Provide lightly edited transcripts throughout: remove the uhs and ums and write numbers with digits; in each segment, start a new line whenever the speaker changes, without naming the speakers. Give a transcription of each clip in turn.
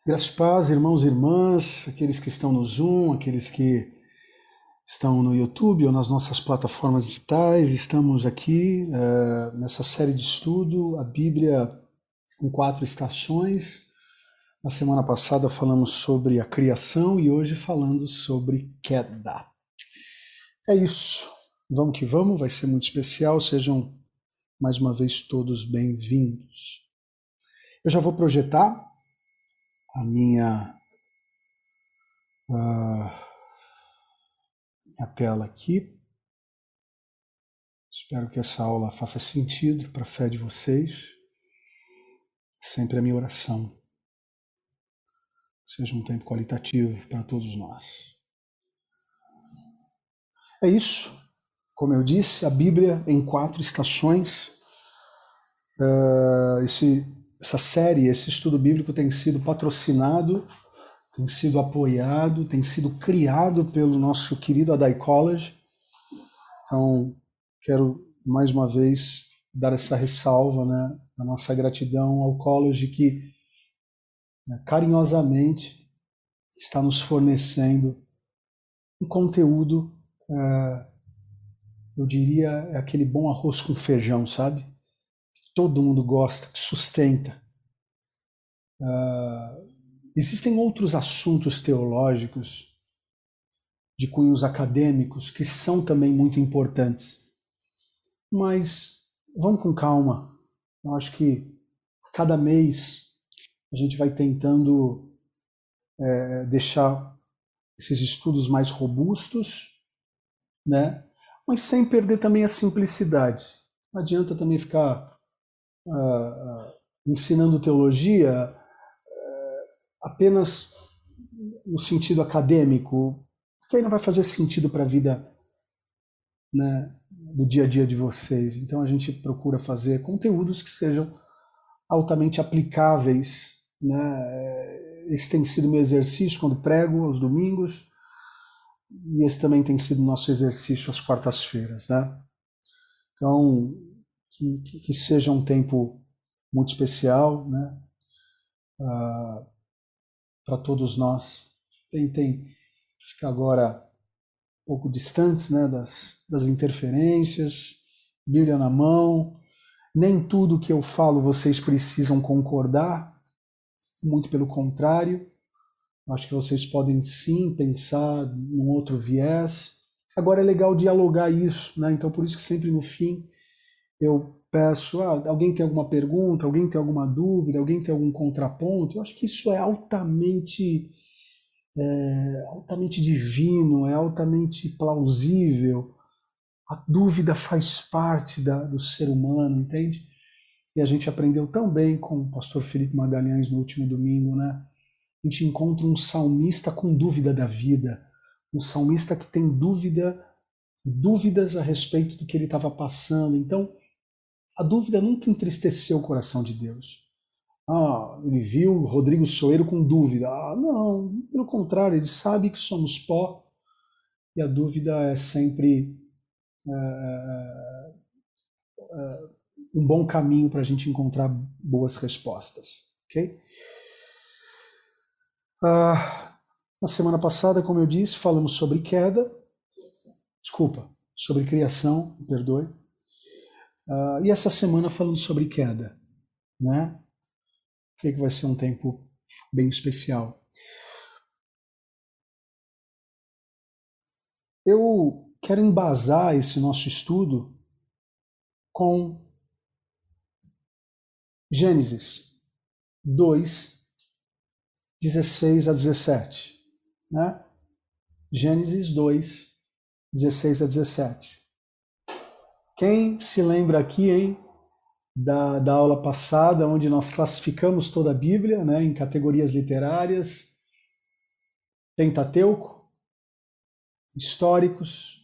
Graças a paz, irmãos e irmãs, aqueles que estão no Zoom, aqueles que estão no YouTube ou nas nossas plataformas digitais, estamos aqui nessa série de estudo, a Bíblia em 4 estações. Na semana passada falamos sobre a criação e hoje falando sobre queda. É isso, vamos que vamos, vai ser muito especial, sejam mais uma vez todos bem-vindos. Eu já vou projetar a minha tela aqui. Espero que essa aula faça sentido para a fé de vocês. Sempre a minha oração. Seja um tempo qualitativo para todos nós. É isso. Como eu disse, a Bíblia em 4 estações. Essa série, esse estudo bíblico tem sido patrocinado, tem sido apoiado, tem sido criado pelo nosso querido Adai College. Então, quero mais uma vez dar essa ressalva, né, da nossa gratidão ao College que carinhosamente está nos fornecendo um conteúdo, eu diria, é aquele bom arroz com feijão, sabe? Que todo mundo gosta, que sustenta. Existem outros assuntos teológicos de cunhos acadêmicos que são também muito importantes. Mas vamos com calma. Eu acho que cada mês a gente vai tentando deixar esses estudos mais robustos, né? Mas sem perder também a simplicidade. Não adianta também ficar ensinando teologia apenas no sentido acadêmico, que aí não vai fazer sentido para a vida, né, do dia a dia de vocês. Então a gente procura fazer conteúdos que sejam altamente aplicáveis, né? Esse tem sido meu exercício quando prego aos domingos, e esse também tem sido nosso exercício às quartas-feiras, né? Então, que seja um tempo muito especial, né? Para todos nós. Tentem ficar agora um pouco distantes, né, das interferências, Bíblia na mão. Nem tudo que eu falo vocês precisam concordar, muito pelo contrário. Acho que vocês podem sim pensar num outro viés. Agora é legal dialogar isso, né? Então por isso que sempre no fim eu peço, alguém tem alguma pergunta, alguém tem alguma dúvida, alguém tem algum contraponto? Eu acho que isso é altamente divino, é altamente plausível. A dúvida faz parte do ser humano, entende? E a gente aprendeu tão bem com o pastor Felipe Magalhães no último domingo, né? A gente encontra um salmista com dúvida da vida, um salmista que tem dúvidas a respeito do que ele estava passando. Então, a dúvida nunca entristeceu o coração de Deus. Ele viu Rodrigo Soeiro com dúvida. Não, pelo contrário, ele sabe que somos pó e a dúvida é sempre um bom caminho para a gente encontrar boas respostas, ok? Na semana passada, como eu disse, falamos sobre queda, sobre criação, me perdoe. E essa semana falando sobre queda, né? Creio que vai ser um tempo bem especial. Eu quero embasar esse nosso estudo com Gênesis 2, 16 a 17. Né? Gênesis 2, 16 a 17. Quem se lembra aqui, hein, da aula passada, onde nós classificamos toda a Bíblia, né, em categorias literárias, Pentateuco, históricos,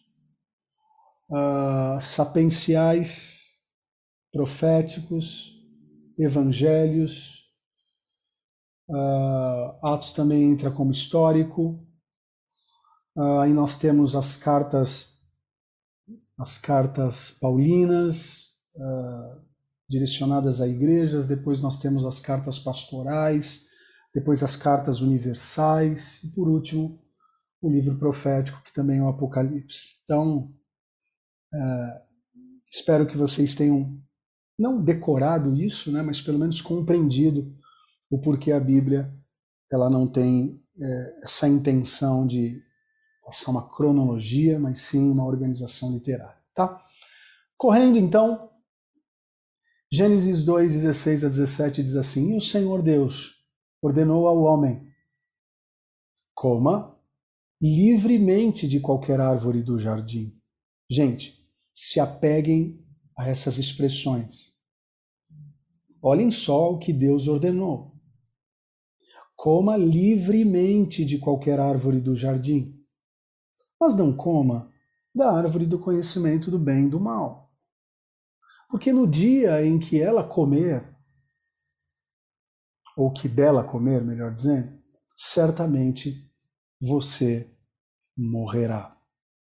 sapienciais, proféticos, evangelhos, Atos também entra como histórico. Aí nós temos as cartas paulinas, direcionadas a igrejas. Depois nós temos as cartas pastorais, depois as cartas universais e, por último, o livro profético, que também é o Apocalipse. Então, espero que vocês tenham não decorado isso, né, mas pelo menos compreendido o porquê a Bíblia ela não tem essa intenção de passar uma cronologia, mas sim uma organização literária. Tá? Correndo, então, Gênesis 2, 16 a 17 diz assim: E o Senhor Deus ordenou ao homem: coma livremente de qualquer árvore do jardim. Gente, se apeguem a essas expressões. Olhem só o que Deus ordenou. Coma livremente de qualquer árvore do jardim, mas não coma da árvore do conhecimento do bem e do mal. Porque no dia em que ela comer, ou que dela comer, melhor dizendo, certamente você morrerá.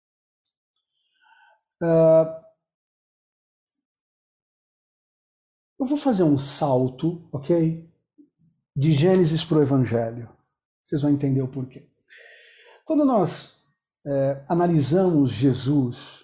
Eu vou fazer um salto, ok? De Gênesis para o Evangelho. Vocês vão entender o porquê. Quando nós analisamos Jesus,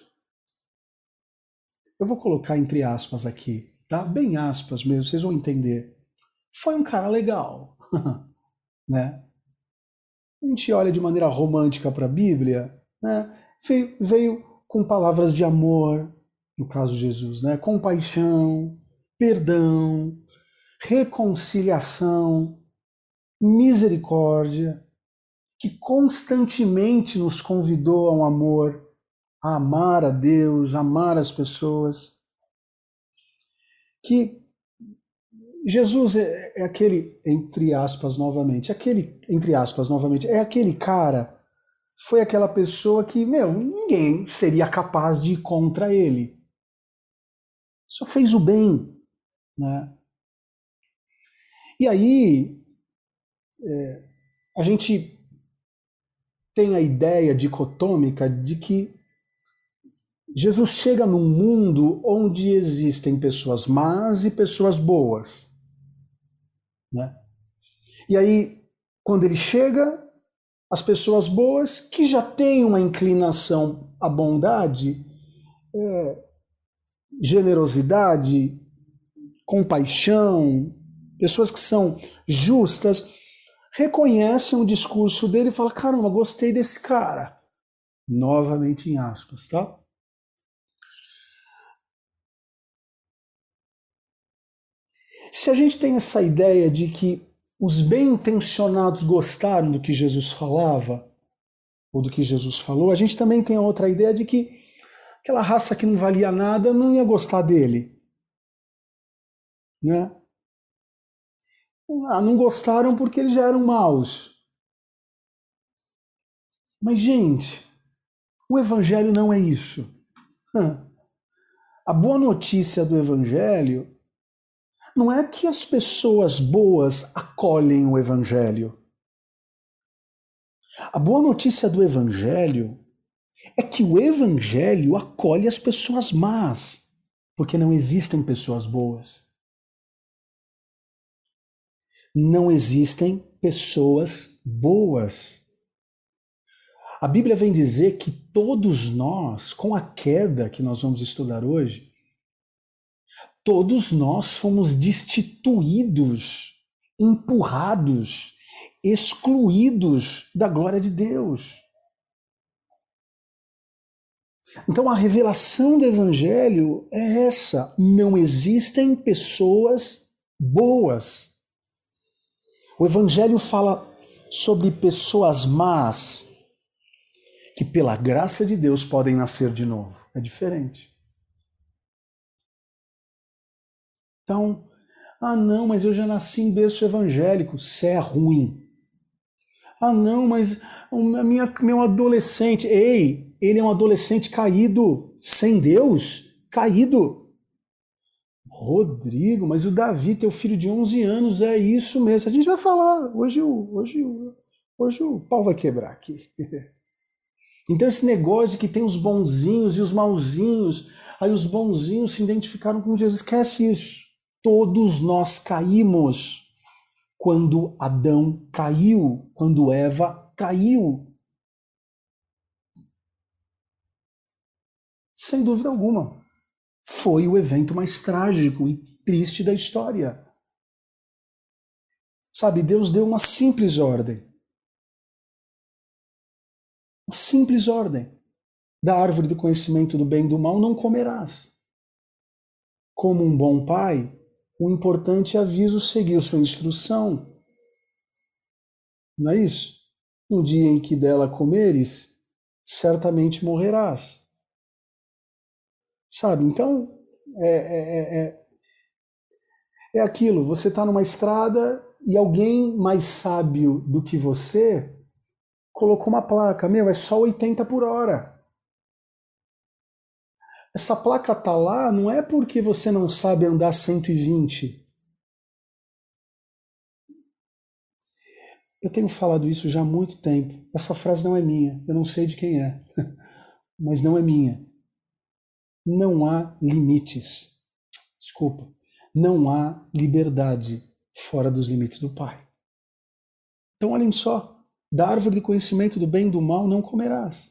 eu vou colocar entre aspas aqui, tá? Bem aspas mesmo, vocês vão entender. Foi um cara legal, né? A gente olha de maneira romântica para a Bíblia, né? Veio com palavras de amor, no caso de Jesus, né? Compaixão, perdão, reconciliação, misericórdia, que constantemente nos convidou ao amor, a amar a Deus, a amar as pessoas. Que Jesus é aquele, entre aspas novamente, é aquele cara, foi aquela pessoa que, ninguém seria capaz de ir contra ele. Só fez o bem, né? E aí, a gente tem a ideia dicotômica de que Jesus chega num mundo onde existem pessoas más e pessoas boas, né? E aí, quando ele chega, as pessoas boas, que já têm uma inclinação à bondade, generosidade, compaixão, pessoas que são justas, reconhecem o discurso dele e falam: caramba, gostei desse cara. Novamente em aspas, tá? Se a gente tem essa ideia de que os bem-intencionados gostaram do que Jesus falava, ou do que Jesus falou, a gente também tem a outra ideia de que aquela raça que não valia nada não ia gostar dele, né? Não gostaram porque eles já eram maus. Mas, gente, o Evangelho não é isso. A boa notícia do Evangelho não é que as pessoas boas acolhem o Evangelho. A boa notícia do Evangelho é que o Evangelho acolhe as pessoas más, porque não existem pessoas boas. Não existem pessoas boas. A Bíblia vem dizer que todos nós, com a queda que nós vamos estudar hoje, todos nós fomos destituídos, empurrados, excluídos da glória de Deus. Então a revelação do Evangelho é essa: não existem pessoas boas. O Evangelho fala sobre pessoas más que pela graça de Deus podem nascer de novo. É diferente. Então, não, mas eu já nasci em berço evangélico. Você é ruim. Não, mas meu adolescente... Ei, ele é um adolescente caído, sem Deus, caído. Rodrigo, mas o Davi, teu filho de 11 anos, é isso mesmo. A gente vai falar. Hoje o pau vai quebrar aqui. Então esse negócio de que tem os bonzinhos e os mauzinhos, aí os bonzinhos se identificaram com Jesus, esquece isso. Todos nós caímos. quando Adão caiu, quando Eva caiu. Sem dúvida alguma. Foi o evento mais trágico e triste da história. Sabe, Deus deu uma simples ordem. Uma simples ordem. Da árvore do conhecimento do bem e do mal não comerás. Como um bom pai, o importante é aviso seguir sua instrução. Não é isso? No dia em que dela comeres, certamente morrerás. Sabe? Então, é aquilo. Você está numa estrada e alguém mais sábio do que você colocou uma placa. Meu, é só 80 por hora. Essa placa tá lá não é porque você não sabe andar 120. Eu tenho falado isso já há muito tempo. Essa frase não é minha. Eu não sei de quem é, mas não é minha. Não há limites. Desculpa. Não há liberdade fora dos limites do Pai. Então, olhem só. Da árvore de conhecimento do bem e do mal não comerás.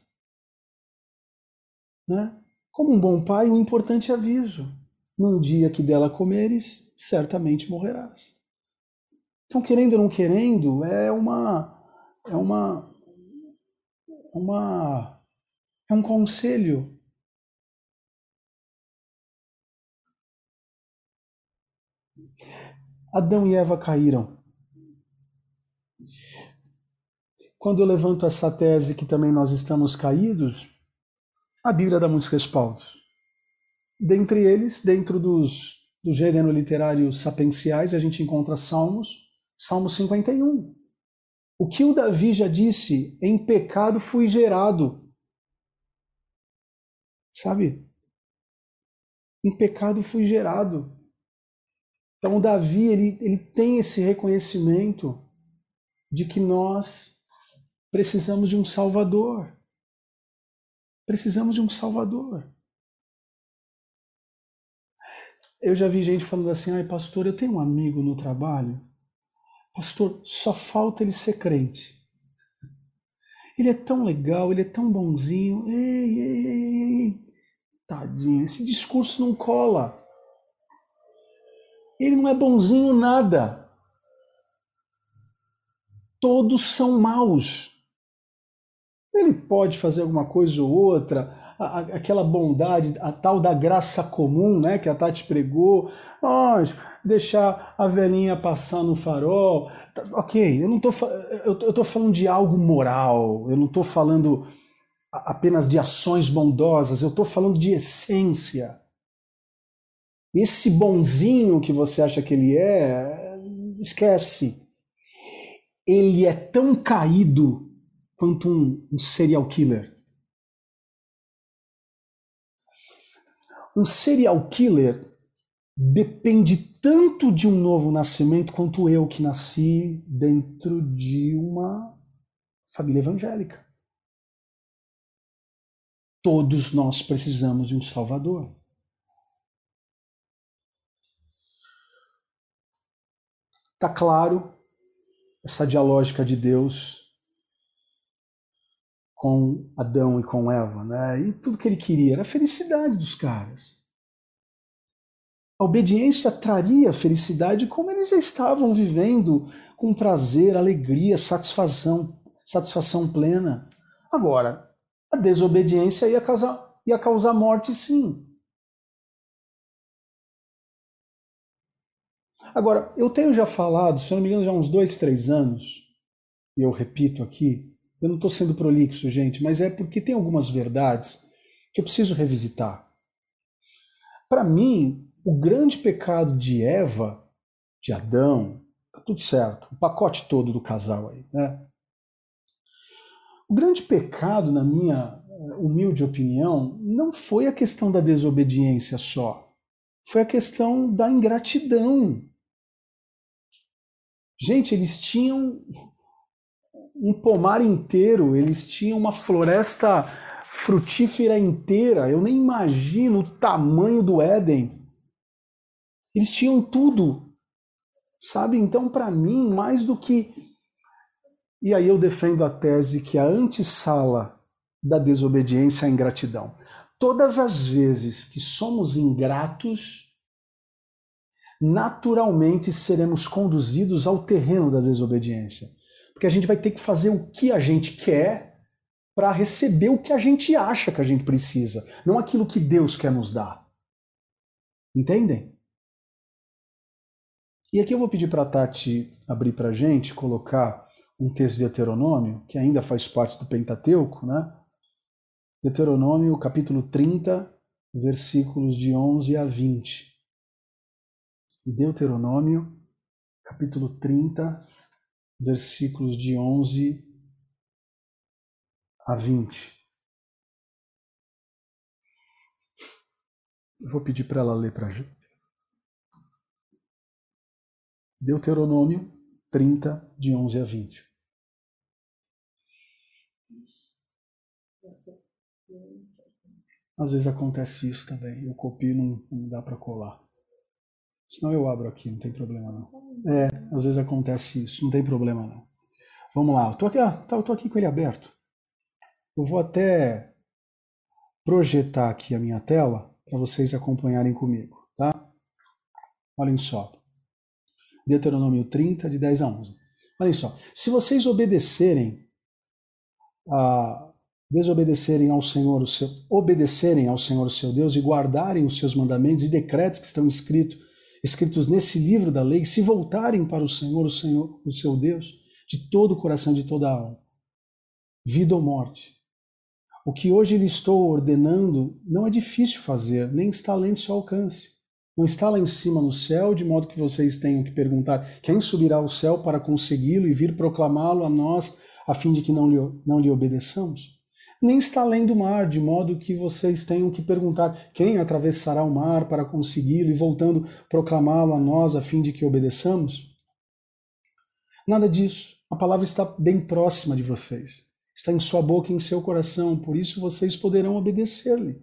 Né? Como um bom pai, o importante é aviso. No dia que dela comeres, certamente morrerás. Então, querendo ou não querendo, é um conselho. Adão e Eva caíram. Quando eu levanto essa tese que também nós estamos caídos, a Bíblia dá muitos respaldos. Dentre eles, dentro do gênero literário sapienciais, a gente encontra Salmos, Salmo 51. O que o Davi já disse, em pecado fui gerado. Sabe? Em pecado fui gerado. Então o Davi, ele tem esse reconhecimento de que nós precisamos de um Salvador. Precisamos de um Salvador. Eu já vi gente falando assim, ai pastor, eu tenho um amigo no trabalho, pastor, só falta ele ser crente. Ele é tão legal, ele é tão bonzinho, ei, tadinho, esse discurso não cola. Ele não é bonzinho nada. Todos são maus. Ele pode fazer alguma coisa ou outra, aquela bondade, a tal da graça comum, né, que a Tati pregou, deixar a velhinha passar no farol. Ok, eu tô falando de algo moral, eu não estou falando apenas de ações bondosas, eu estou falando de essência. Esse bonzinho que você acha que ele esquece. Ele é tão caído quanto um serial killer. Um serial killer depende tanto de um novo nascimento quanto eu que nasci dentro de uma família evangélica. Todos nós precisamos de um Salvador. Tá claro essa dialógica de Deus com Adão e com Eva, né? E tudo que ele queria era a felicidade dos caras. A obediência traria felicidade como eles já estavam vivendo, com prazer, alegria, satisfação plena. Agora, a desobediência ia causar morte, sim. Agora, eu tenho já falado, se eu não me engano, já há uns 2, 3 anos, e eu repito aqui, eu não estou sendo prolixo, gente, mas é porque tem algumas verdades que eu preciso revisitar. Para mim, o grande pecado de Eva, de Adão, tá tudo certo, o pacote todo do casal aí, né? O grande pecado, na minha humilde opinião, não foi a questão da desobediência só, foi a questão da ingratidão. Gente, eles tinham um pomar inteiro, eles tinham uma floresta frutífera inteira, eu nem imagino o tamanho do Éden. Eles tinham tudo. Sabe? Então, para mim, mais do que... E aí eu defendo a tese que a antessala da desobediência é a ingratidão. Todas as vezes que somos ingratos, naturalmente seremos conduzidos ao terreno da desobediência. Porque a gente vai ter que fazer o que a gente quer para receber o que a gente acha que a gente precisa, não aquilo que Deus quer nos dar. Entendem? E aqui eu vou pedir para a Tati abrir para a gente, colocar um texto de Deuteronômio, que ainda faz parte do Pentateuco, né? Deuteronômio, capítulo 30, versículos de 11 a 20. Deuteronômio, capítulo 30, versículos de 11 a 20. Eu vou pedir para ela ler para a gente. Deuteronômio 30, de 11 a 20. Às vezes acontece isso também. Eu copio e não dá para colar. Senão eu abro aqui, não tem problema não. Às vezes acontece isso, não tem problema não. Vamos lá, eu tô aqui com ele aberto. Eu vou até projetar aqui a minha tela para vocês acompanharem comigo, tá? Olhem só. Deuteronômio 30, de 10 a 11. Olhem só. Se vocês obedecerem obedecerem ao Senhor, o seu Deus, e guardarem os seus mandamentos e decretos que estão escritos nesse livro da lei, se voltarem para o Senhor, o seu Deus, de todo o coração, de toda a alma, vida ou morte. O que hoje lhe estou ordenando não é difícil fazer, nem está além do seu alcance. Não está lá em cima no céu, de modo que vocês tenham que perguntar quem subirá ao céu para consegui-lo e vir proclamá-lo a nós, a fim de que não lhe obedeçamos. Nem está além do mar, de modo que vocês tenham que perguntar quem atravessará o mar para consegui-lo e voltando proclamá-lo a nós, a fim de que obedeçamos. Nada disso. A palavra está bem próxima de vocês. Está em sua boca e em seu coração, por isso vocês poderão obedecer-lhe.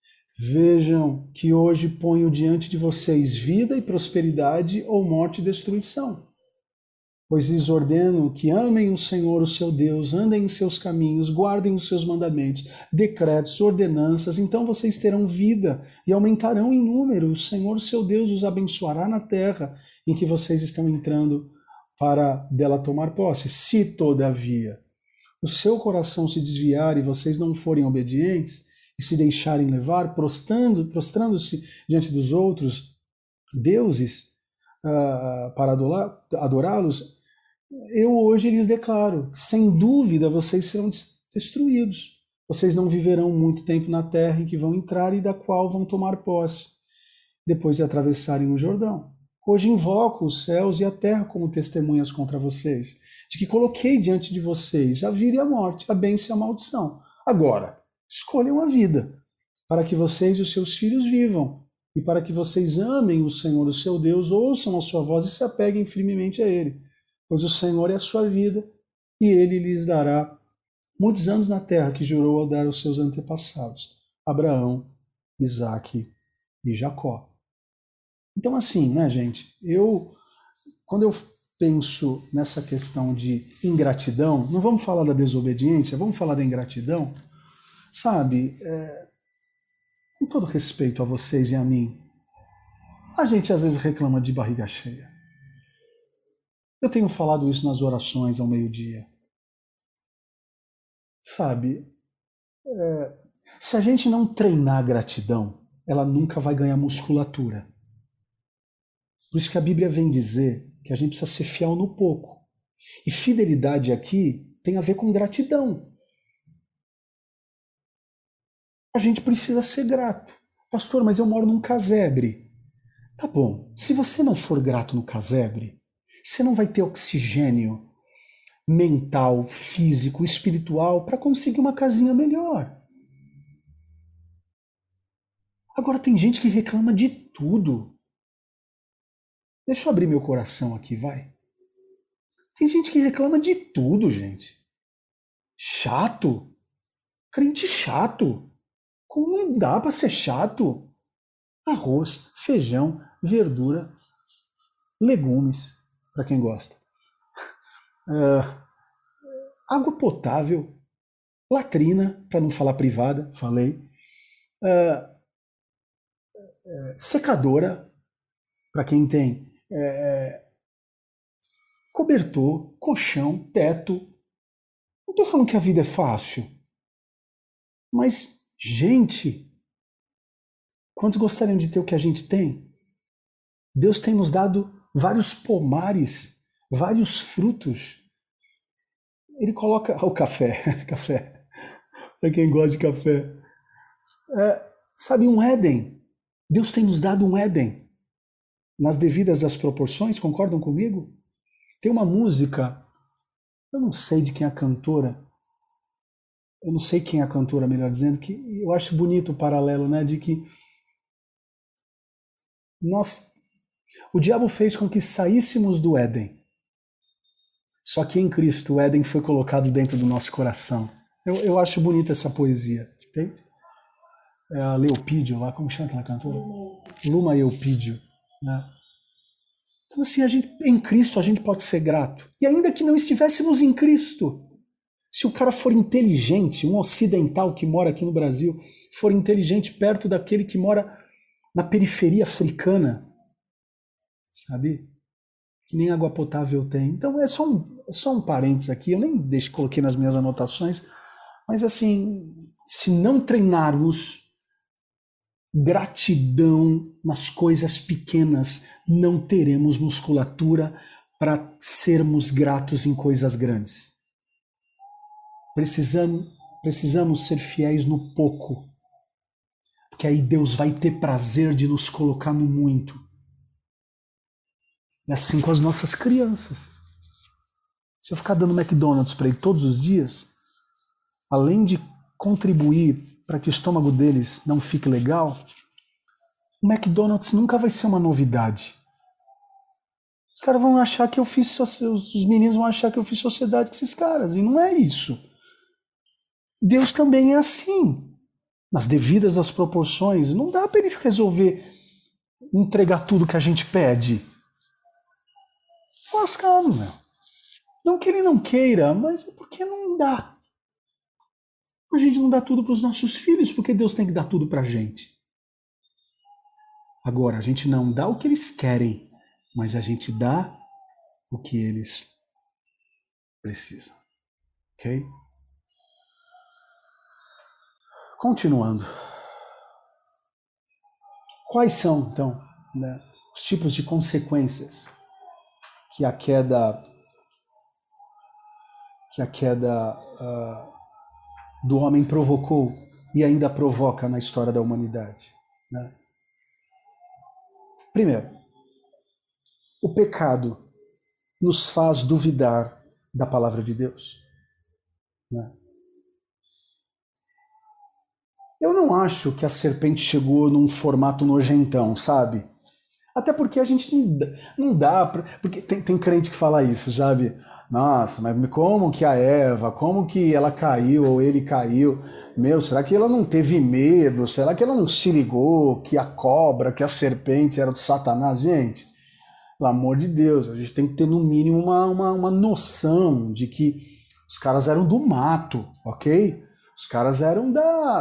Vejam que hoje ponho diante de vocês vida e prosperidade ou morte e destruição. Pois lhes ordeno que amem o Senhor, o seu Deus, andem em seus caminhos, guardem os seus mandamentos, decretos, ordenanças, então vocês terão vida e aumentarão em número. O Senhor, o seu Deus, os abençoará na terra em que vocês estão entrando para dela tomar posse. Se, todavia, o seu coração se desviar e vocês não forem obedientes e se deixarem levar, prostrando-se diante dos outros deuses para adorá-los, eu hoje lhes declaro, sem dúvida vocês serão destruídos. Vocês não viverão muito tempo na terra em que vão entrar e da qual vão tomar posse, depois de atravessarem o Jordão. Hoje invoco os céus e a terra como testemunhas contra vocês, de que coloquei diante de vocês a vida e a morte, a bênção e a maldição. Agora, escolham a vida, para que vocês e os seus filhos vivam, e para que vocês amem o Senhor, o seu Deus, ouçam a sua voz e se apeguem firmemente a Ele. Pois o Senhor é a sua vida, e Ele lhes dará muitos anos na terra que jurou ao dar aos seus antepassados, Abraão, Isaque e Jacó. Então assim, né, gente, quando eu penso nessa questão de ingratidão, não vamos falar da desobediência, vamos falar da ingratidão, sabe, com todo respeito a vocês e a mim, a gente às vezes reclama de barriga cheia. Eu tenho falado isso nas orações ao meio-dia. Sabe, se a gente não treinar a gratidão, ela nunca vai ganhar musculatura. Por isso que a Bíblia vem dizer que a gente precisa ser fiel no pouco. E fidelidade aqui tem a ver com gratidão. A gente precisa ser grato. Pastor, mas eu moro num casebre. Tá bom, se você não for grato no casebre, você não vai ter oxigênio mental, físico, espiritual para conseguir uma casinha melhor. Agora tem gente que reclama de tudo. Deixa eu abrir meu coração aqui, vai. Tem gente que reclama de tudo, gente. Chato. Crente chato. Como dá para ser chato? Arroz, feijão, verdura, legumes. para quem gosta. Água potável, latrina, para não falar privada, falei. Secadora, para quem tem cobertor, colchão, teto. Não estou falando que a vida é fácil, mas, gente, quantos gostariam de ter o que a gente tem? Deus tem nos dado vários pomares, vários frutos. Ele coloca o café, café, para quem gosta de café. Sabe, um Éden. Deus tem nos dado um Éden, nas devidas das proporções, concordam comigo? Tem uma música, eu não sei de quem é a cantora, melhor dizendo, que eu acho bonito o paralelo, né, de que o diabo fez com que saíssemos do Éden, só que em Cristo o Éden foi colocado dentro do nosso coração. Eu acho bonita essa poesia, tem? É a Leopídio lá, como chama aquela cantora? Luma Eupídio, né? Então assim, em Cristo a gente pode ser grato. E ainda que não estivéssemos em Cristo, se o cara for inteligente, um ocidental que mora aqui no Brasil, for inteligente perto daquele que mora na periferia africana, sabe? Que nem água potável tem. Então é só um parênteses aqui, eu nem coloquei nas minhas anotações, mas assim, se não treinarmos gratidão nas coisas pequenas, não teremos musculatura para sermos gratos em coisas grandes. Precisamos ser fiéis no pouco, porque aí Deus vai ter prazer de nos colocar no muito. É assim com as nossas crianças. Se eu ficar dando McDonald's para ele todos os dias, além de contribuir para que o estômago deles não fique legal, o McDonald's nunca vai ser uma novidade. Os caras vão achar que eu fiz, os meninos vão achar que eu fiz sociedade com esses caras, e não é isso. Deus também é assim, nas devidas as proporções. Não dá para ele resolver entregar tudo que a gente pede. Lascado, meu. Não que ele não queira, mas é porque não dá. A gente não dá tudo para os nossos filhos, porque Deus tem que dar tudo para a gente. Agora, a gente não dá o que eles querem, mas a gente dá o que eles precisam. Ok? Continuando. Quais são, então, né, os tipos de consequências que a queda do homem provocou e ainda provoca na história da humanidade? Né? Primeiro, o pecado nos faz duvidar da palavra de Deus. Né? Eu não acho que a serpente chegou num formato nojentão, sabe? Até porque a gente não dá porque tem crente que fala isso, sabe? Nossa, mas como que a Eva, como que ela caiu ou ele caiu? Meu, será que ela não teve medo? Será que ela não se ligou que a cobra, que a serpente era do Satanás? Gente, pelo amor de Deus, a gente tem que ter no mínimo uma noção de que os caras eram do mato, ok? Os caras eram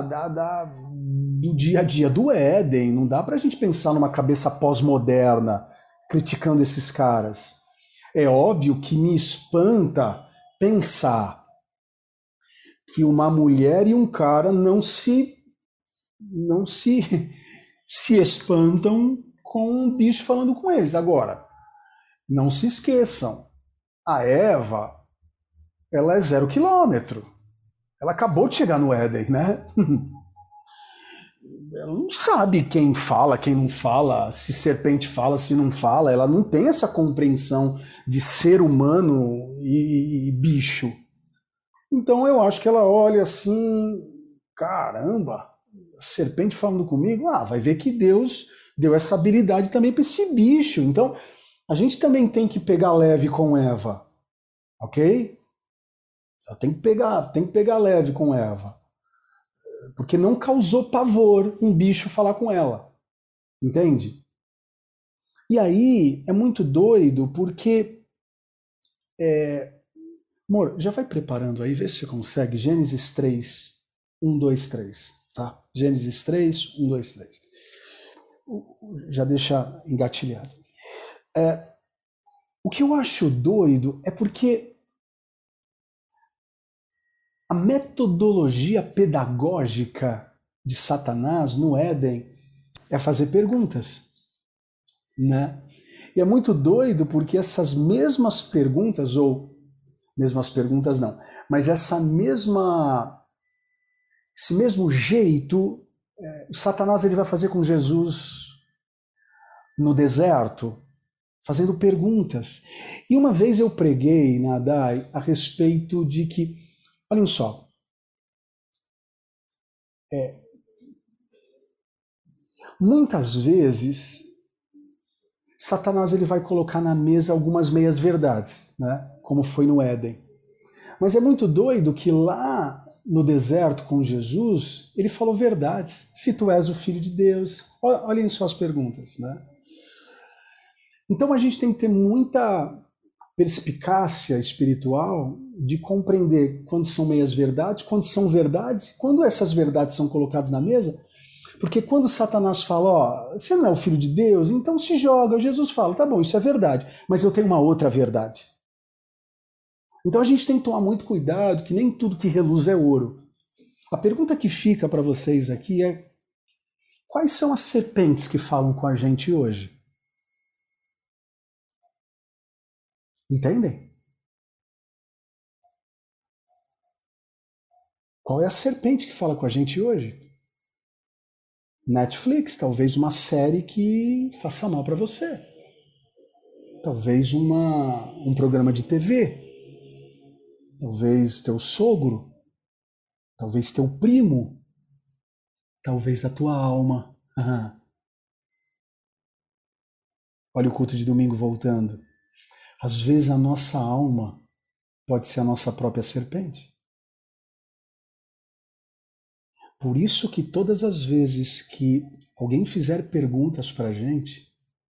do dia a dia do Éden. Não dá pra gente pensar numa cabeça pós-moderna criticando esses caras. É óbvio que me espanta pensar que uma mulher e um cara não se espantam com um bicho falando com eles. Agora, não se esqueçam, a Eva, ela é 0 km. Ela acabou de chegar no Éden, né? Ela não sabe quem fala, quem não fala, se serpente fala, se não fala. Ela não tem essa compreensão de ser humano e bicho. Então eu acho que ela olha assim, caramba, serpente falando comigo, vai ver que Deus deu essa habilidade também para esse bicho. Então a gente também tem que pegar leve com Eva, ok? Tem que pegar leve com Eva. Porque não causou pavor um bicho falar com ela. Entende? E aí é muito doido porque Amor, já vai preparando aí, vê se você consegue. Gênesis 3, 1, 2, 3. Tá? Gênesis 3, 1, 2, 3. Já deixa engatilhado. O que eu acho doido é porque a metodologia pedagógica de Satanás no Éden é fazer perguntas, né? E é muito doido porque essas mesmas perguntas, ou mesmas perguntas não, mas esse mesmo jeito, o Satanás ele vai fazer com Jesus no deserto, fazendo perguntas. E uma vez eu preguei na ADAI a respeito de que, olhem só, muitas vezes Satanás ele vai colocar na mesa algumas meias verdades, né? Como foi no Éden. Mas é muito doido que lá no deserto com Jesus, ele falou verdades. Se tu és o Filho de Deus. Olhem só as perguntas, né? Então a gente tem que ter muita perspicácia espiritual de compreender quando são meias verdades, quando são verdades, quando essas verdades são colocadas na mesa. Porque quando Satanás fala, ó, você não é o Filho de Deus, então se joga. Jesus fala, tá bom, isso é verdade, mas eu tenho uma outra verdade. Então a gente tem que tomar muito cuidado, que nem tudo que reluz é ouro. A pergunta que fica para vocês aqui é: quais são as serpentes que falam com a gente hoje? Entendem? Qual é a serpente que fala com a gente hoje? Netflix, talvez uma série que faça mal para você. Talvez um programa de TV. Talvez teu sogro. Talvez teu primo. Talvez a tua alma. Olha o culto de domingo voltando. Às vezes a nossa alma pode ser a nossa própria serpente. Por isso que todas as vezes que alguém fizer perguntas para a gente,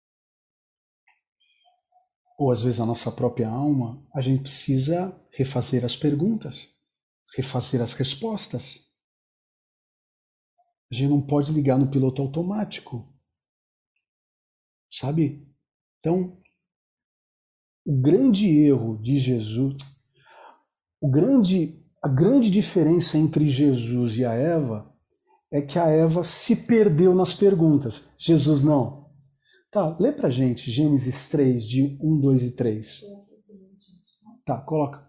ou às vezes a nossa própria alma, a gente precisa refazer as perguntas, refazer as respostas. A gente não pode ligar no piloto automático, sabe? Então, o grande erro de Jesus, a grande diferença entre Jesus e a Eva é que a Eva se perdeu nas perguntas. Jesus não. Tá, lê pra gente Gênesis 3, de 1, 2 e 3. Tá, coloca.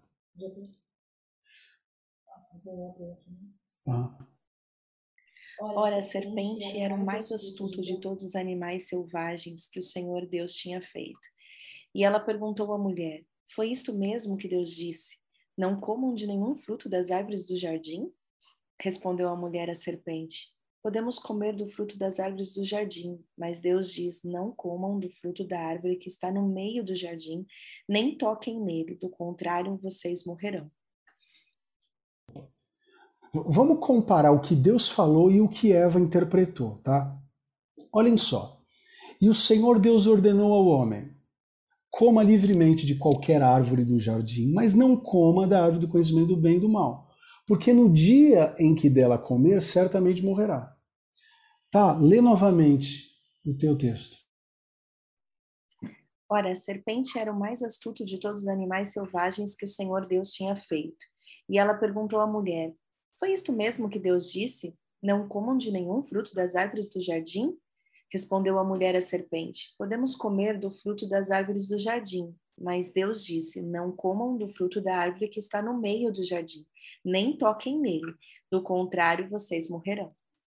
Ora, a serpente era o mais astuto de todos os animais selvagens que o Senhor Deus tinha feito. E ela perguntou à mulher: foi isto mesmo que Deus disse? Não comam de nenhum fruto das árvores do jardim? Respondeu a mulher à serpente: podemos comer do fruto das árvores do jardim, mas Deus diz: não comam do fruto da árvore que está no meio do jardim, nem toquem nele, do contrário, vocês morrerão.
Vamos comparar o que Deus falou e o que Eva interpretou, tá? Olhem só. E o Senhor Deus ordenou ao homem: coma livremente de qualquer árvore do jardim, mas não coma da árvore do conhecimento do bem e do mal, porque no dia em que dela comer, certamente morrerá. Tá, lê novamente o teu texto.
Ora, a serpente era o mais astuto de todos os animais selvagens que o Senhor Deus tinha feito. E ela perguntou à mulher: foi isto mesmo que Deus disse? Não comam de nenhum fruto das árvores do jardim? Respondeu a mulher à serpente: podemos comer do fruto das árvores do jardim. Mas Deus disse: não comam do fruto da árvore que está no meio do jardim, nem toquem nele. Do contrário, vocês morrerão.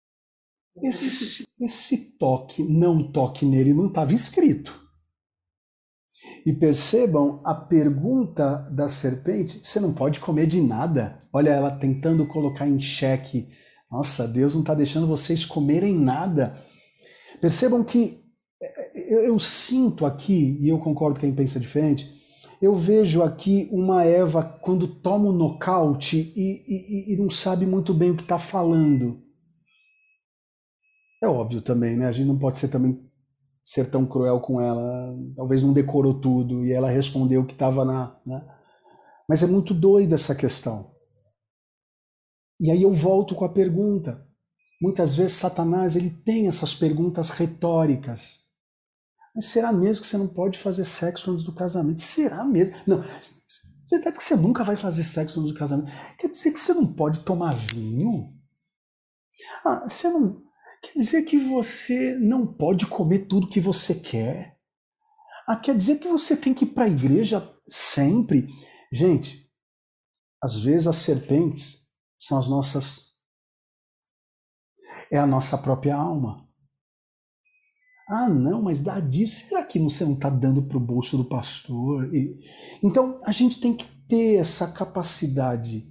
Esse toque, não toque nele, não estava escrito. E percebam a pergunta da serpente: você não pode comer de nada? Olha ela tentando colocar em xeque. Nossa, Deus não está deixando vocês comerem nada. Percebam que eu sinto aqui, e eu concordo com quem pensa diferente, eu vejo aqui uma Eva quando toma um nocaute e não sabe muito bem o que está falando. É óbvio também, né? A gente não pode ser também ser tão cruel com ela, talvez não decorou tudo, e ela respondeu o que estava né? Mas é muito doida essa questão. E aí eu volto com a pergunta. Muitas vezes Satanás ele tem essas perguntas retóricas. Mas será mesmo que você não pode fazer sexo antes do casamento? Será mesmo? Não, verdade que você nunca vai fazer sexo antes do casamento? Quer dizer que você não pode tomar vinho? Ah, você não... Quer dizer que você não pode comer tudo que você quer? Ah, quer dizer que você tem que ir para a igreja sempre? Gente, às vezes as serpentes são as nossas... É a nossa própria alma. Ah, não, mas dá disso. Será que você não está dando para o bolso do pastor? Então, a gente tem que ter essa capacidade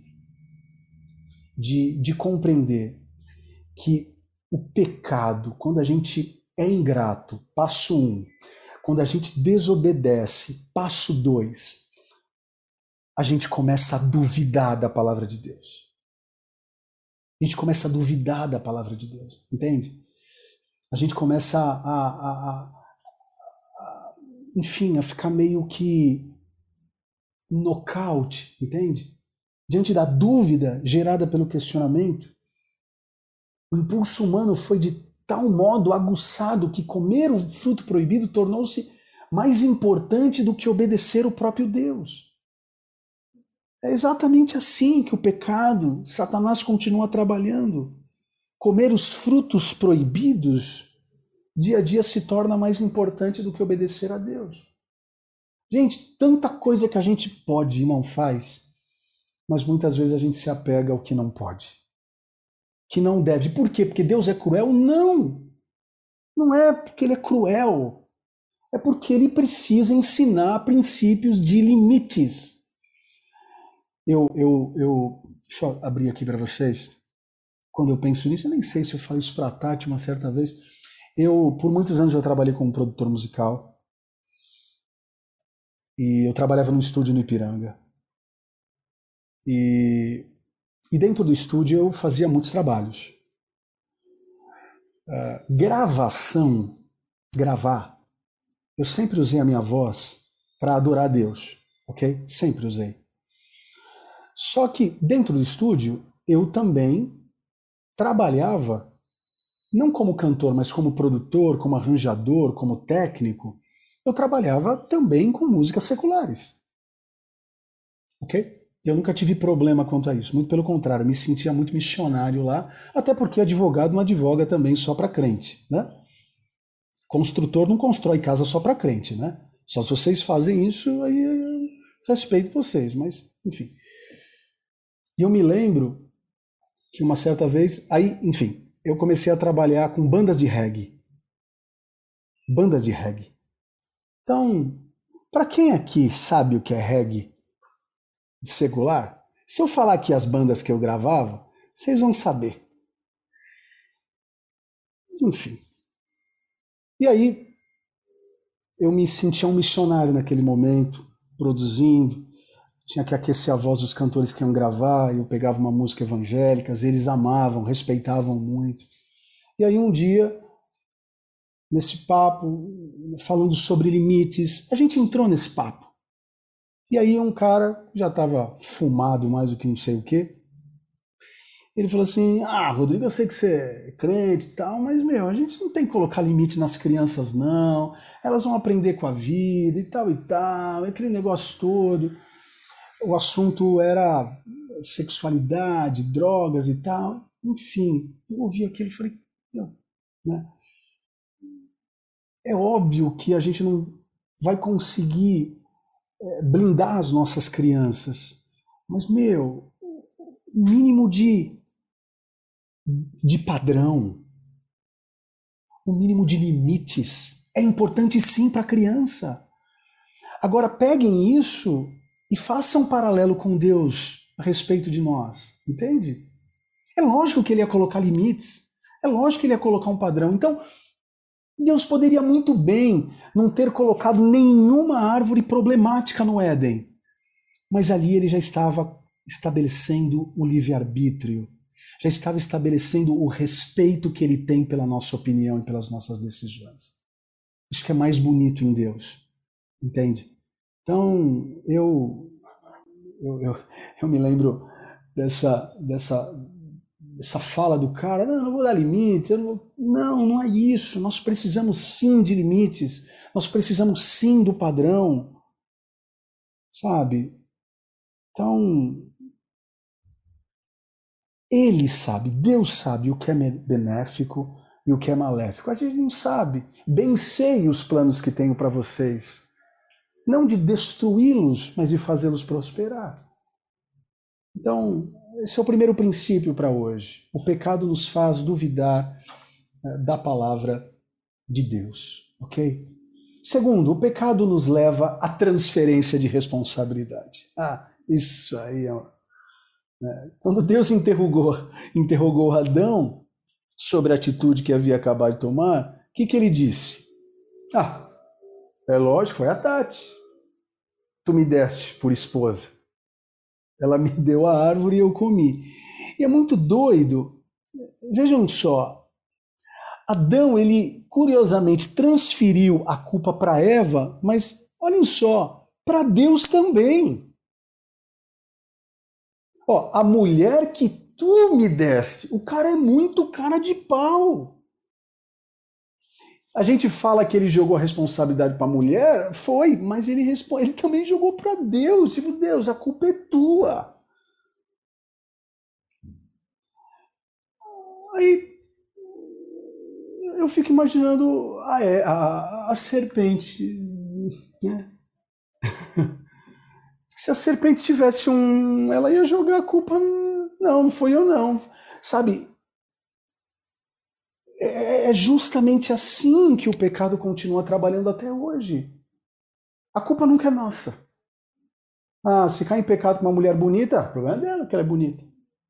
de compreender que o pecado, quando a gente é ingrato, passo 1, quando a gente desobedece, passo 2, a gente começa a duvidar da palavra de Deus. A gente começa a duvidar da palavra de Deus, entende? A gente começa enfim, a ficar meio que nocaute, entende? Diante da dúvida gerada pelo questionamento, o impulso humano foi de tal modo aguçado que comer o fruto proibido tornou-se mais importante do que obedecer o próprio Deus. É exatamente assim que o pecado, Satanás continua trabalhando. Comer os frutos proibidos, dia a dia se torna mais importante do que obedecer a Deus. Gente, tanta coisa que a gente pode e não faz, mas muitas vezes a gente se apega ao que não pode, que não deve. Por quê? Porque Deus é cruel? Não! Não é porque ele é cruel. É porque ele precisa ensinar princípios de limites. Deixa eu abrir aqui para vocês. Quando eu penso nisso, eu nem sei se eu falei isso para a Tati uma certa vez. Por muitos anos, eu trabalhei como produtor musical. E eu trabalhava num estúdio no Ipiranga. E dentro do estúdio eu fazia muitos trabalhos. Gravar, eu sempre usei a minha voz para adorar a Deus, ok? Sempre usei. Só que dentro do estúdio eu também trabalhava, não como cantor, mas como produtor, como arranjador, como técnico. Eu trabalhava também com músicas seculares, ok? Eu nunca tive problema quanto a isso, muito pelo contrário, eu me sentia muito missionário lá, até porque advogado não advoga também só para crente, né? Construtor não constrói casa só para crente, né? Só se vocês fazem isso, aí eu respeito vocês, mas enfim. E eu me lembro que uma certa vez, aí, enfim, eu comecei a trabalhar com bandas de reggae. Bandas de reggae. Então, para quem aqui sabe o que é reggae secular, se eu falar aqui as bandas que eu gravava, vocês vão saber. Enfim. E aí, eu me sentia um missionário naquele momento, produzindo. Tinha que aquecer a voz dos cantores que iam gravar, eu pegava uma música evangélica, eles amavam, respeitavam muito. E aí um dia, nesse papo, falando sobre limites, a gente entrou nesse papo. E aí um cara, já estava fumado mais do que não sei o quê, ele falou assim, Rodrigo, eu sei que você é crente e tal, mas, a gente não tem que colocar limite nas crianças, não. Elas vão aprender com a vida e tal, aquele negócio todo. O assunto era sexualidade, drogas e tal. Enfim, eu ouvi aquilo e falei, né? É óbvio que a gente não vai conseguir blindar as nossas crianças, mas, mínimo de padrão, o mínimo de limites é importante sim para a criança. Agora peguem isso e façam um paralelo com Deus a respeito de nós, entende? É lógico que ele ia colocar limites, é lógico que ele ia colocar um padrão. Então, Deus poderia muito bem não ter colocado nenhuma árvore problemática no Éden, mas ali ele já estava estabelecendo o livre-arbítrio, já estava estabelecendo o respeito que ele tem pela nossa opinião e pelas nossas decisões. Isso que é mais bonito em Deus, entende? Então, eu me lembro dessa fala do cara, não, não vou dar limites, não é isso, nós precisamos sim de limites, nós precisamos sim do padrão, sabe? Então, ele sabe, Deus sabe o que é benéfico e o que é maléfico. A gente não sabe. Bem sei os planos que tenho para vocês. Não de destruí-los, mas de fazê-los prosperar. Então, esse é o primeiro princípio para hoje. O pecado nos faz duvidar da palavra de Deus, ok? Segundo, o pecado nos leva à transferência de responsabilidade. Isso aí é... Quando Deus interrogou Adão sobre a atitude que havia acabado de tomar, o que ele disse? É lógico, foi a Tati. Tu me deste por esposa. Ela me deu a árvore e eu comi. E é muito doido. Vejam só. Adão, ele curiosamente transferiu a culpa para Eva, mas olhem só, para Deus também. A mulher que tu me deste, o cara é muito cara de pau. A gente fala que ele jogou a responsabilidade para a mulher, foi, mas ele também jogou para Deus. Tipo, Deus, a culpa é tua. Aí eu fico imaginando a serpente. Né? Se a serpente tivesse ela ia jogar a culpa. Não foi eu não. Sabe, é justamente assim que o pecado continua trabalhando até hoje. A culpa nunca é nossa. Se cai em pecado com uma mulher bonita, o problema é dela que ela é bonita.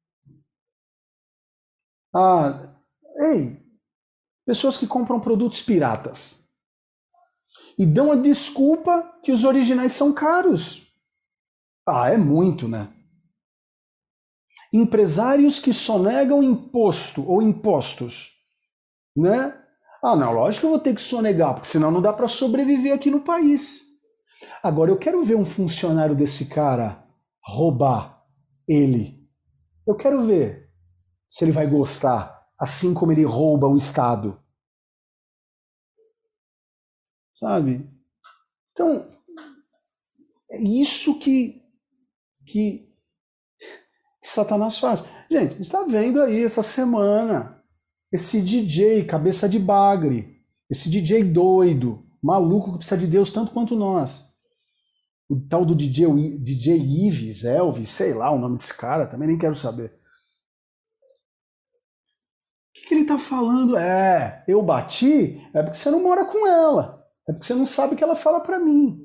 Pessoas que compram produtos piratas e dão a desculpa que os originais são caros. É muito, né? Empresários que sonegam imposto ou impostos, né? Não, lógico que eu vou ter que sonegar, porque senão não dá para sobreviver aqui no país. Agora, eu quero ver um funcionário desse cara roubar ele. Eu quero ver se ele vai gostar, assim como ele rouba o Estado. Sabe? Então, é isso que Satanás faz. Gente, a gente está vendo aí essa semana esse DJ cabeça de bagre, esse DJ doido, maluco que precisa de Deus tanto quanto nós. O tal do DJ Ives, Elvis, sei lá o nome desse cara, também nem quero saber. O que ele está falando? Eu bati, é porque você não mora com ela. É porque você não sabe o que ela fala para mim.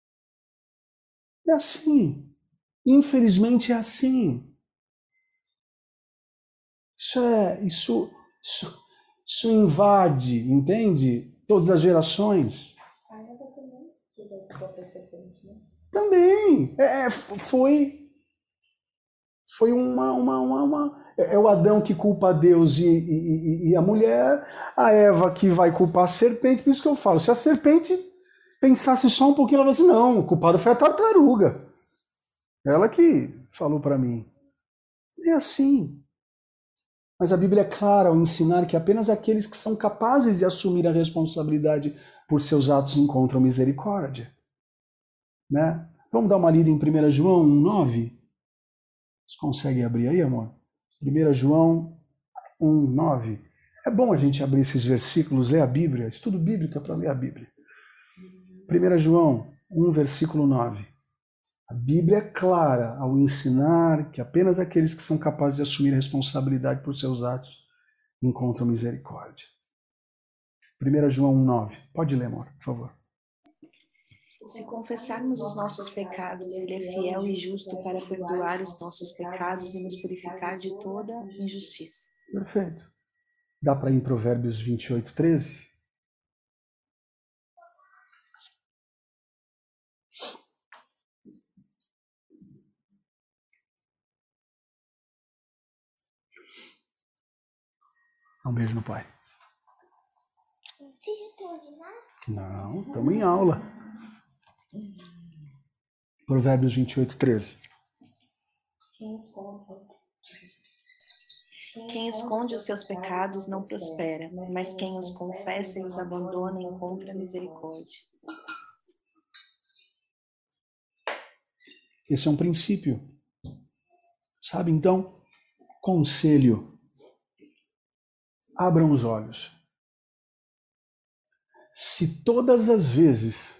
É assim. Infelizmente é assim. Isso invade, entende? Todas as gerações.
A Eva também, que deu culpa serpente, né?
Também. Foi É o Adão que culpa a Deus e a mulher, a Eva que vai culpar a serpente. Por isso que eu falo, se a serpente pensasse só um pouquinho, ela falasse, não, o culpado foi a tartaruga. Ela que falou para mim. É assim. Mas a Bíblia é clara ao ensinar que apenas aqueles que são capazes de assumir a responsabilidade por seus atos encontram misericórdia. Né? Vamos dar uma lida em 1 João 1,9? Você consegue abrir aí, amor? 1 João 1,9. É bom a gente abrir esses versículos, ler a Bíblia. Estudo bíblico é para ler a Bíblia. 1 João 1, versículo 9. A Bíblia é clara ao ensinar que apenas aqueles que são capazes de assumir a responsabilidade por seus atos encontram misericórdia. 1 João 1,9. Pode ler, amor, por favor.
Se confessarmos os nossos pecados, Ele é fiel e justo para perdoar os nossos pecados e nos purificar de toda injustiça.
Perfeito. Dá para ir em Provérbios 28, 13? Um beijo no pai.
Você já terminar?
Não, estamos em aula. Provérbios 28, 13.
Quem esconde os seus pecados não prospera, mas quem os confessa e os abandona encontra misericórdia.
Esse é um princípio. Sabe, então, conselho. Abram os olhos. Se todas as vezes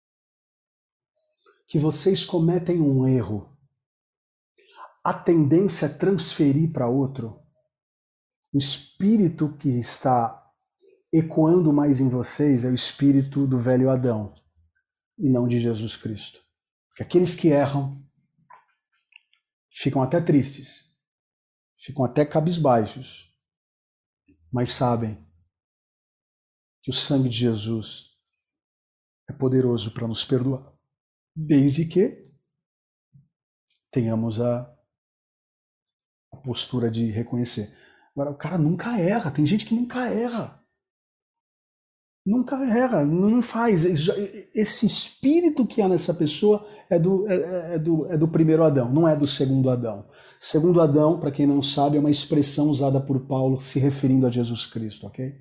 que vocês cometem um erro, a tendência é transferir para outro, o espírito que está ecoando mais em vocês é o espírito do velho Adão e não de Jesus Cristo. Porque aqueles que erram ficam até tristes, ficam até cabisbaixos, mas sabem que o sangue de Jesus é poderoso para nos perdoar, desde que tenhamos a postura de reconhecer. Agora, o cara nunca erra, tem gente que nunca erra. Nunca erra, não faz. Esse espírito que há nessa pessoa é do primeiro Adão, não é do segundo Adão. Segundo Adão, para quem não sabe, é uma expressão usada por Paulo se referindo a Jesus Cristo, ok?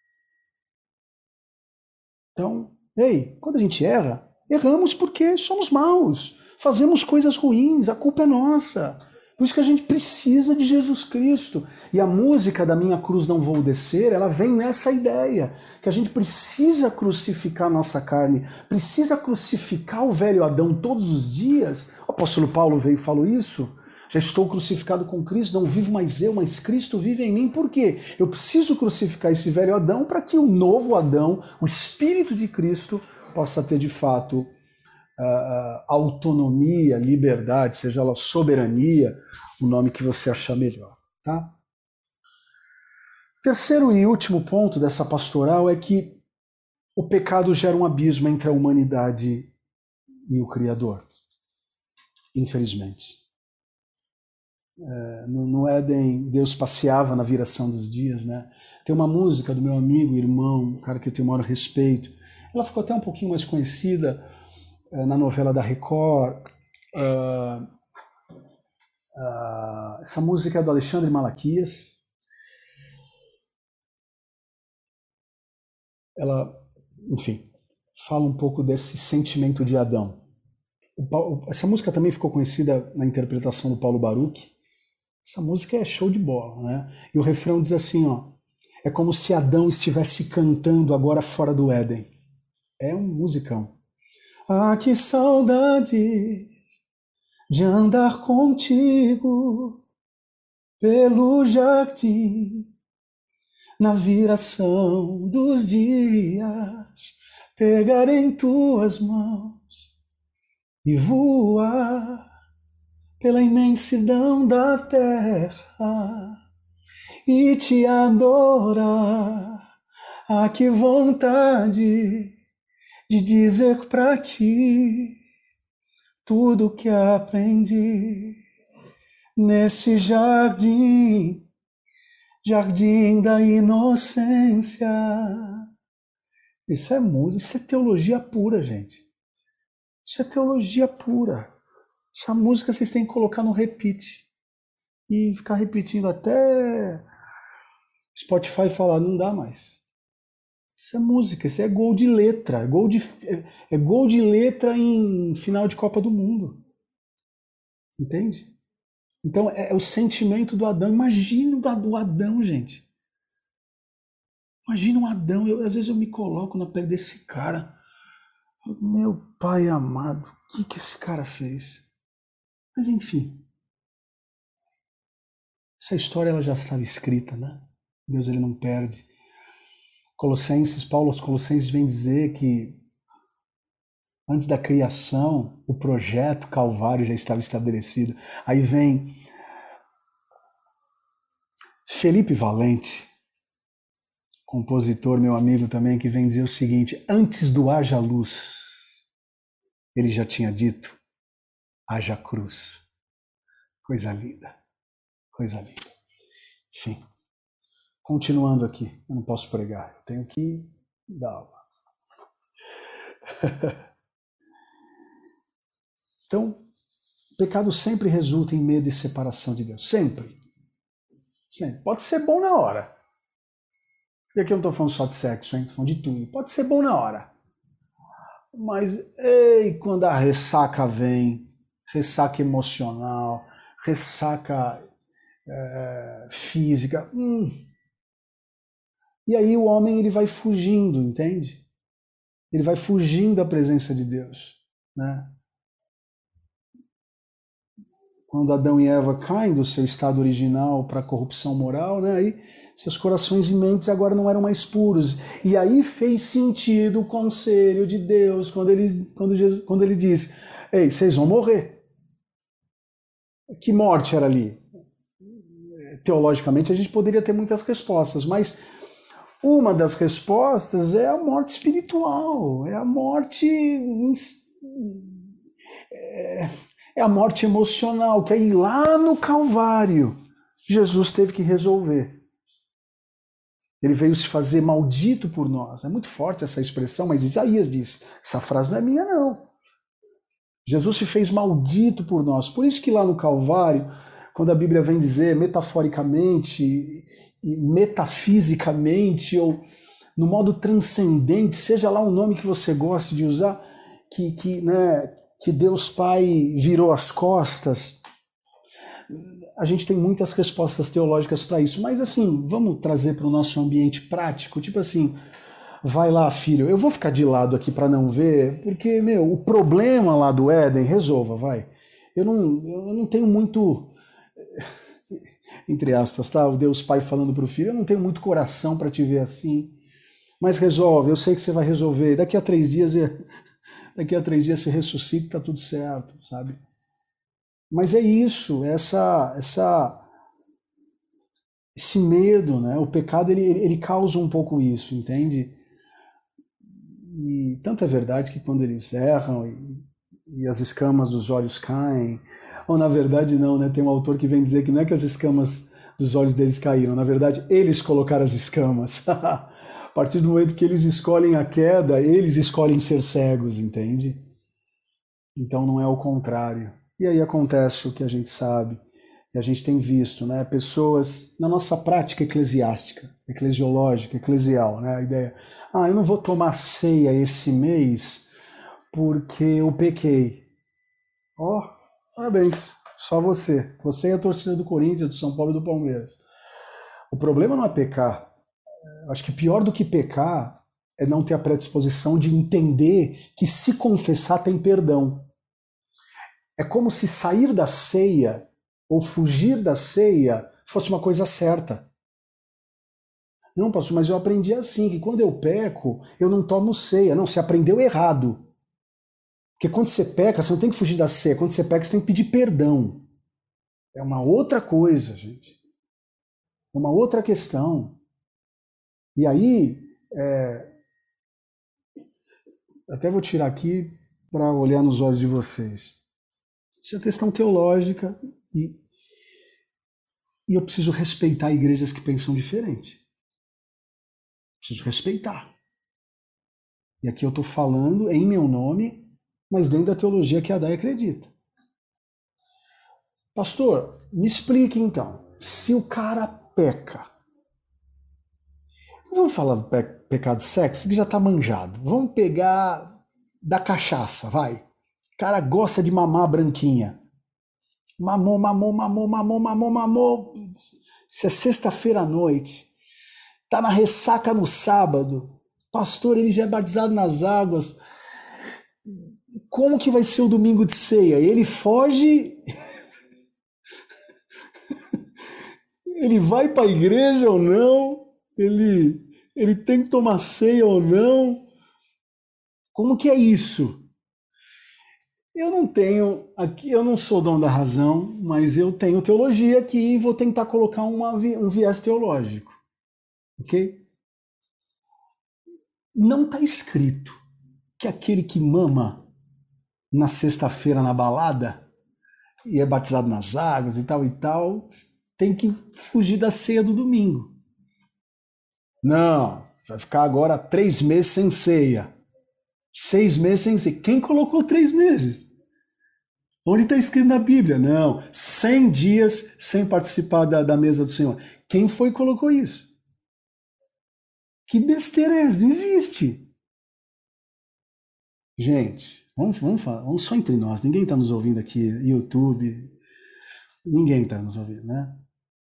Então, ei, quando a gente erra, erramos porque somos maus, fazemos coisas ruins, a culpa é nossa. Por isso que a gente precisa de Jesus Cristo. E a música da Minha Cruz Não Vou Descer, ela vem nessa ideia, que a gente precisa crucificar a nossa carne, precisa crucificar o velho Adão todos os dias. O apóstolo Paulo veio e falou isso. Já estou crucificado com Cristo, não vivo mais eu, mas Cristo vive em mim. Por quê? Eu preciso crucificar esse velho Adão para que o novo Adão, o Espírito de Cristo, possa ter de fato autonomia, liberdade, seja lá soberania, o nome que você achar melhor. Tá? Terceiro e último ponto dessa pastoral é que o pecado gera um abismo entre a humanidade e o Criador. Infelizmente. No Éden, Deus passeava na viração dos dias, né? Tem uma música do meu amigo, irmão, um cara que eu tenho o maior respeito. Ela ficou até um pouquinho mais conhecida na novela da Record. Essa música é do Alexandre Malaquias. Ela, enfim, fala um pouco desse sentimento de Adão. Essa música também ficou conhecida na interpretação do Paulo Baruch. Essa música é show de bola, né? E o refrão diz assim, ó: é como se Adão estivesse cantando agora fora do Éden. É um musicão. Ah, que saudade de andar contigo pelo jardim, na viração dos dias, pegar em tuas mãos e voar pela imensidão da terra e te adorar. Ah, que vontade de dizer pra ti tudo que aprendi nesse jardim, jardim da inocência. Isso é música, isso é teologia pura, gente. Isso é teologia pura. Essa música vocês têm que colocar no repeat e ficar repetindo até Spotify falar, não dá mais. Isso é música, isso é gol de letra, é gol de letra em final de Copa do Mundo. Entende? Então é o sentimento do Adão. Imagina o Adão, gente. Imagina um Adão. Às vezes eu me coloco na pele desse cara. Meu pai amado, o que esse cara fez? Mas enfim. Essa história ela já estava escrita, né? Deus ele não perde. Paulo aos Colossenses vem dizer que antes da criação, o projeto Calvário já estava estabelecido. Aí vem Felipe Valente, compositor, meu amigo também, que vem dizer o seguinte: antes do haja luz, ele já tinha dito, haja cruz. Coisa linda, coisa linda. Enfim, continuando aqui, eu não posso pregar, eu tenho que dar aula. Então, o pecado sempre resulta em medo e separação de Deus. Sempre. Sempre. Pode ser bom na hora. E aqui eu não estou falando só de sexo, hein? Estou falando de tudo. Pode ser bom na hora. Mas, ei, quando a ressaca vem, ressaca emocional, ressaca física, e aí o homem ele vai fugindo, entende? Ele vai fugindo da presença de Deus, né? Quando Adão e Eva caem do seu estado original para a corrupção moral, né? Aí seus corações e mentes agora não eram mais puros. E aí fez sentido o conselho de Deus quando ele disse: ei, vocês vão morrer. Que morte era ali? Teologicamente a gente poderia ter muitas respostas, mas uma das respostas é a morte espiritual, é a morte é a morte emocional, que aí lá no Calvário Jesus teve que resolver. Ele veio se fazer maldito por nós. É muito forte essa expressão, mas Isaías diz, essa frase não é minha não. Jesus se fez maldito por nós. Por isso que lá no Calvário, quando a Bíblia vem dizer metaforicamente e metafisicamente, ou no modo transcendente, seja lá o nome que você goste de usar, que Deus Pai virou as costas, a gente tem muitas respostas teológicas para isso, mas assim, vamos trazer para o nosso ambiente prático, tipo assim, vai lá, filho, eu vou ficar de lado aqui para não ver, porque, o problema lá do Éden, resolva, vai. Eu não tenho muito, entre aspas, tá? O Deus Pai falando para o filho, eu não tenho muito coração para te ver assim, mas resolve, eu sei que você vai resolver, daqui a 3 dias você ressuscita e tá tudo certo, sabe? Mas é isso, esse medo, né? O pecado ele causa um pouco isso, entende? E tanto é verdade que quando eles erram e as escamas dos olhos caem, ou na verdade não, né? Tem um autor que vem dizer que não é que as escamas dos olhos deles caíram, na verdade eles colocaram as escamas. A partir do momento que eles escolhem a queda, eles escolhem ser cegos, entende? Então não é o contrário. E aí acontece o que a gente sabe, e a gente tem visto, né? Pessoas na nossa prática eclesiástica, eclesiológica, eclesial, né? A ideia, eu não vou tomar ceia esse mês porque eu pequei. Parabéns, só você. Você é a torcida do Corinthians, do São Paulo e do Palmeiras. O problema não é pecar. Eu acho que pior do que pecar é não ter a predisposição de entender que se confessar tem perdão. É como se sair da ceia ou fugir da ceia fosse uma coisa certa. Não, pastor, mas eu aprendi assim, que quando eu peco, eu não tomo ceia. Não, você aprendeu errado. Porque quando você peca, você não tem que fugir da ceia. Quando você peca, você tem que pedir perdão. É uma outra coisa, gente. É uma outra questão. E aí, até vou tirar aqui para olhar nos olhos de vocês. Isso é questão teológica e eu preciso respeitar igrejas que pensam diferente. Preciso respeitar. E aqui eu estou falando em meu nome, mas dentro da teologia que a Adai acredita. Pastor, me explique então. Se o cara peca, vamos falar do pecado sexo, que já está manjado. Vamos pegar da cachaça, vai. O cara gosta de mamar a branquinha. Mamou. Isso é sexta-feira à noite. Tá na ressaca no sábado. Pastor, ele já é batizado nas águas. Como que vai ser o domingo de ceia? Ele foge. Ele vai para a igreja ou não? Ele tem que tomar ceia ou não? Como que é isso? Eu não sou dono da razão, mas eu tenho teologia aqui e vou tentar colocar um viés teológico. Ok? Não está escrito que aquele que mama na sexta-feira na balada e é batizado nas águas e tal, tem que fugir da ceia do domingo. Não, vai ficar agora 3 meses sem ceia. 6 meses sem ser. Quem colocou 3 meses? Onde está escrito na Bíblia? Não, 100 dias sem participar da mesa do Senhor. Quem foi que colocou isso? Que besteira é essa? Não existe. Gente, vamos falar, vamos só entre nós. Ninguém está nos ouvindo aqui, YouTube. Ninguém está nos ouvindo, né?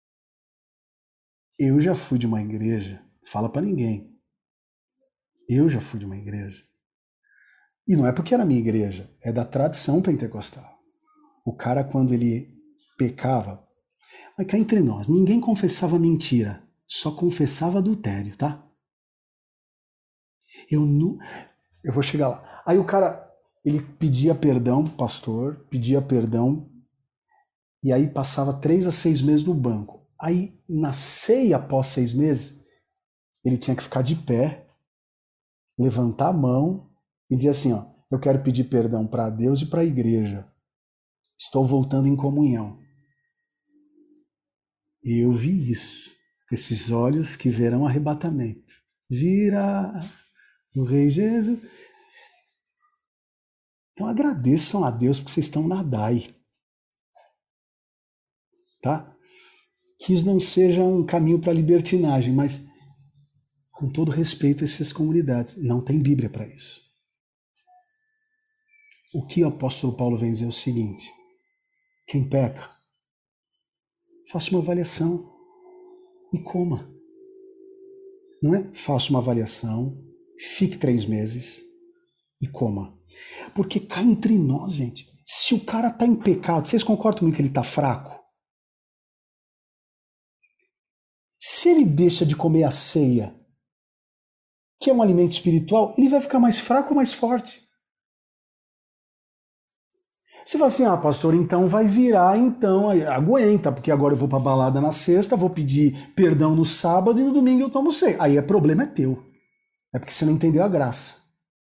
Eu já fui de uma igreja, fala para ninguém. Eu já fui de uma igreja. E não é porque era minha igreja, é da tradição pentecostal. O cara, quando ele pecava, mas cá entre nós, ninguém confessava mentira, só confessava adultério, tá? Eu vou chegar lá. Aí o cara, ele pedia perdão pro pastor, pedia perdão, e aí passava 3 a 6 meses no banco. Aí, na ceia, após 6 meses, ele tinha que ficar de pé, levantar a mão e dizer assim, ó, eu quero pedir perdão para Deus e para a igreja. Estou voltando em comunhão. E eu vi isso. Esses olhos que verão arrebatamento. Vira o Rei Jesus. Então agradeçam a Deus porque vocês estão na DAI. Tá? Que isso não seja um caminho para a libertinagem, mas com todo respeito a essas comunidades. Não tem Bíblia para isso. O que o apóstolo Paulo vem dizer é o seguinte: quem peca, faça uma avaliação e coma. Não é? Faça uma avaliação, fique 3 meses e coma. Porque cá entre nós, gente, se o cara está em pecado, vocês concordam comigo que ele está fraco? Se ele deixa de comer a ceia, que é um alimento espiritual, ele vai ficar mais fraco ou mais forte? Você fala assim, pastor, então vai virar, então, aguenta, porque agora eu vou pra balada na sexta, vou pedir perdão no sábado e no domingo eu tomo ceia. Aí o problema é teu. É porque você não entendeu a graça.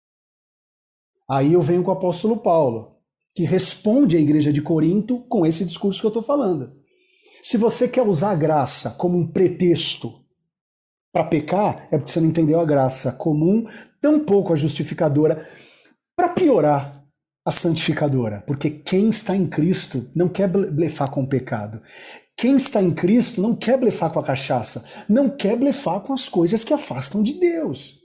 Aí eu venho com o apóstolo Paulo, que responde à igreja de Corinto com esse discurso que eu estou falando. Se você quer usar a graça como um pretexto para pecar, é porque você não entendeu a graça comum, tampouco a justificadora, para piorar, a santificadora, porque quem está em Cristo não quer blefar com o pecado. Quem está em Cristo não quer blefar com a cachaça, não quer blefar com as coisas que afastam de Deus.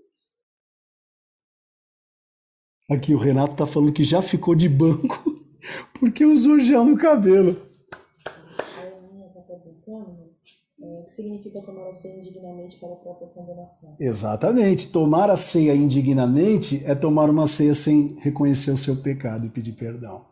Aqui o Renato está falando que já ficou de banco porque usou gel no cabelo.
O que significa tomar a ceia indignamente para a própria condenação?
Exatamente. Tomar a ceia indignamente é tomar uma ceia sem reconhecer o seu pecado e pedir perdão.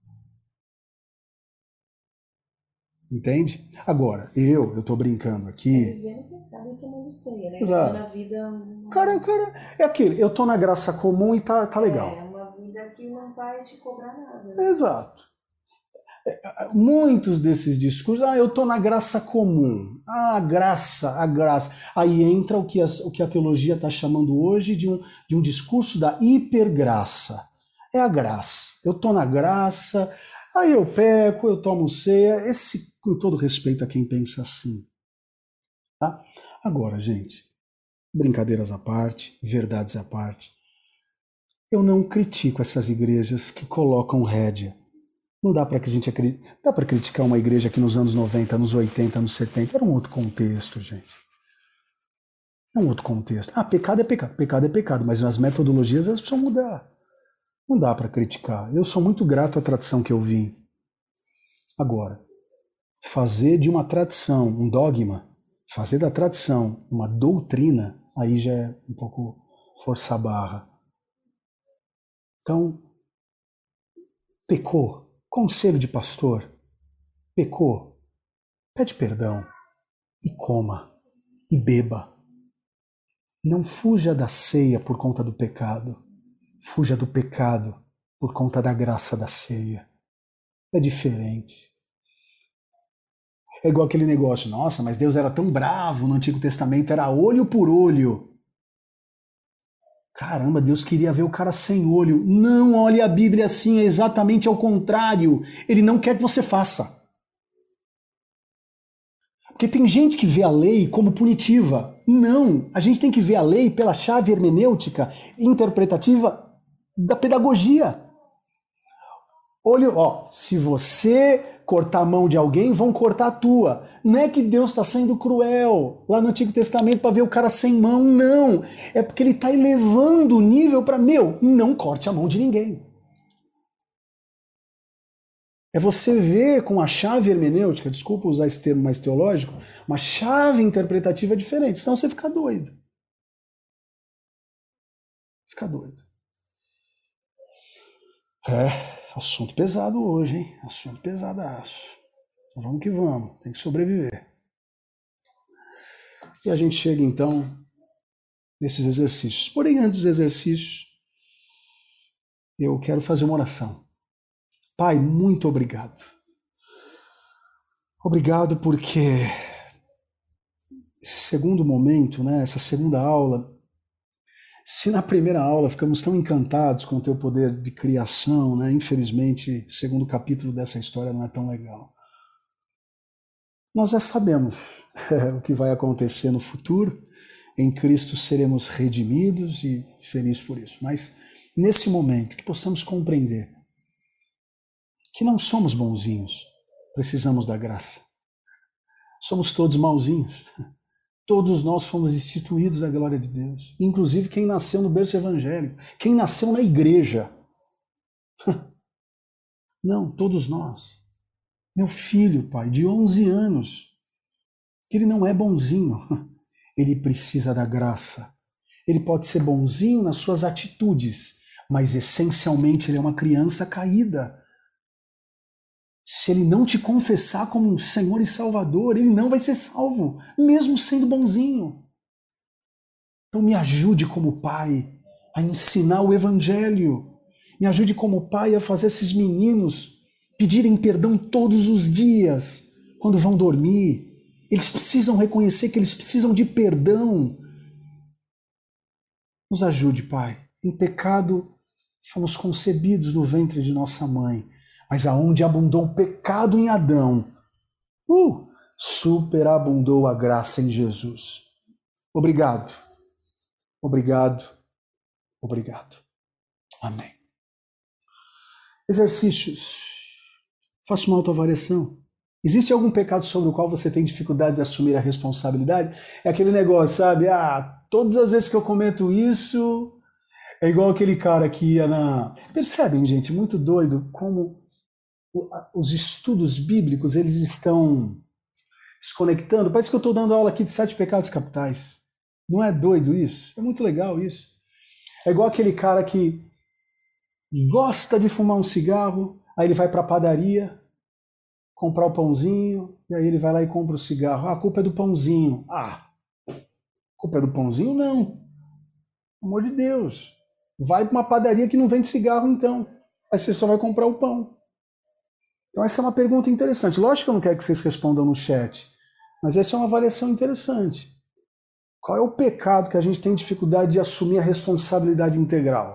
Entende? Agora, eu estou brincando aqui.
É viver no pecado e tomando ceia, né?
Exato.
Na vida...
Cara, é aquilo. Eu estou na graça comum e tá legal.
É uma vida que não vai te cobrar nada. Né?
Exato. Muitos desses discursos, eu estou na graça comum. A graça. Aí entra o que a teologia está chamando hoje de um discurso da hipergraça. É a graça. Eu estou na graça, aí eu peco, eu tomo ceia. Com todo respeito a quem pensa assim. Tá? Agora, gente, brincadeiras à parte, verdades à parte, eu não critico essas igrejas que colocam rédea. Não dá para que a gente dá para criticar uma igreja que nos anos 90, anos 80, anos 70 era um outro contexto, gente. É um outro contexto. Pecado é pecado, pecado é pecado, mas as metodologias elas precisam mudar. Não dá para criticar. Eu sou muito grato à tradição que eu vim. Agora, fazer de uma tradição um dogma, fazer da tradição uma doutrina, aí já é um pouco forçar a barra. Então, pecou. Conselho de pastor, pecou, pede perdão e coma e beba. Não fuja da ceia por conta do pecado, fuja do pecado por conta da graça da ceia. É diferente. É igual aquele negócio, nossa, mas Deus era tão bravo no Antigo Testamento, era olho por olho. Caramba, Deus queria ver o cara sem olho. Não olhe a Bíblia assim, é exatamente ao contrário. Ele não quer que você faça. Porque tem gente que vê a lei como punitiva. Não, a gente tem que ver a lei pela chave hermenêutica interpretativa da pedagogia. Olha, se você cortar a mão de alguém, vão cortar a tua. Não é que Deus está sendo cruel lá no Antigo Testamento para ver o cara sem mão, não. É porque ele está elevando o nível para, não corte a mão de ninguém. É você ver com a chave hermenêutica, desculpa usar esse termo mais teológico, uma chave interpretativa diferente, senão você fica doido. Fica doido. Assunto pesado hoje, hein? Assunto pesadaço. Então vamos que vamos, tem que sobreviver. E a gente chega então nesses exercícios. Porém, antes dos exercícios, eu quero fazer uma oração. Pai, muito obrigado. Obrigado porque esse segundo momento, né, essa segunda aula, se na primeira aula ficamos tão encantados com o teu poder de criação, né, infelizmente, o segundo capítulo dessa história não é tão legal. Nós já sabemos o que vai acontecer no futuro. Em Cristo seremos redimidos e felizes por isso. Mas nesse momento que possamos compreender que não somos bonzinhos, precisamos da graça. Somos todos mauzinhos. Todos nós fomos instituídos à glória de Deus. Inclusive quem nasceu no berço evangélico, quem nasceu na igreja. Não, todos nós. Meu filho, pai, de 11 anos, que ele não é bonzinho. Ele precisa da graça. Ele pode ser bonzinho nas suas atitudes, mas essencialmente ele é uma criança caída. Se ele não te confessar como um Senhor e Salvador, ele não vai ser salvo, mesmo sendo bonzinho. Então me ajude como pai a ensinar o Evangelho. Me ajude como pai a fazer esses meninos pedirem perdão todos os dias, quando vão dormir. Eles precisam reconhecer que eles precisam de perdão. Nos ajude, Pai. Em pecado fomos concebidos no ventre de nossa mãe, mas aonde abundou o pecado em Adão, superabundou a graça em Jesus. Obrigado. Obrigado. Obrigado. Amém. Exercícios. Faça uma autoavaliação. Existe algum pecado sobre o qual você tem dificuldade de assumir a responsabilidade? É aquele negócio, sabe? Todas as vezes que eu cometo isso, é igual aquele cara que ia na... Percebem, gente? Muito doido como os estudos bíblicos, eles estão se conectando. Parece que eu estou dando aula aqui de 7 pecados capitais. Não é doido isso? É muito legal isso. É igual aquele cara que gosta de fumar um cigarro, aí ele vai para a padaria comprar o pãozinho, e aí ele vai lá e compra o cigarro. A culpa é do pãozinho. A culpa é do pãozinho? Não. Pelo amor de Deus. Vai para uma padaria que não vende cigarro, então. Aí você só vai comprar o pão. Então essa é uma pergunta interessante. Lógico que eu não quero que vocês respondam no chat, mas essa é uma avaliação interessante. Qual é o pecado que a gente tem dificuldade de assumir a responsabilidade integral?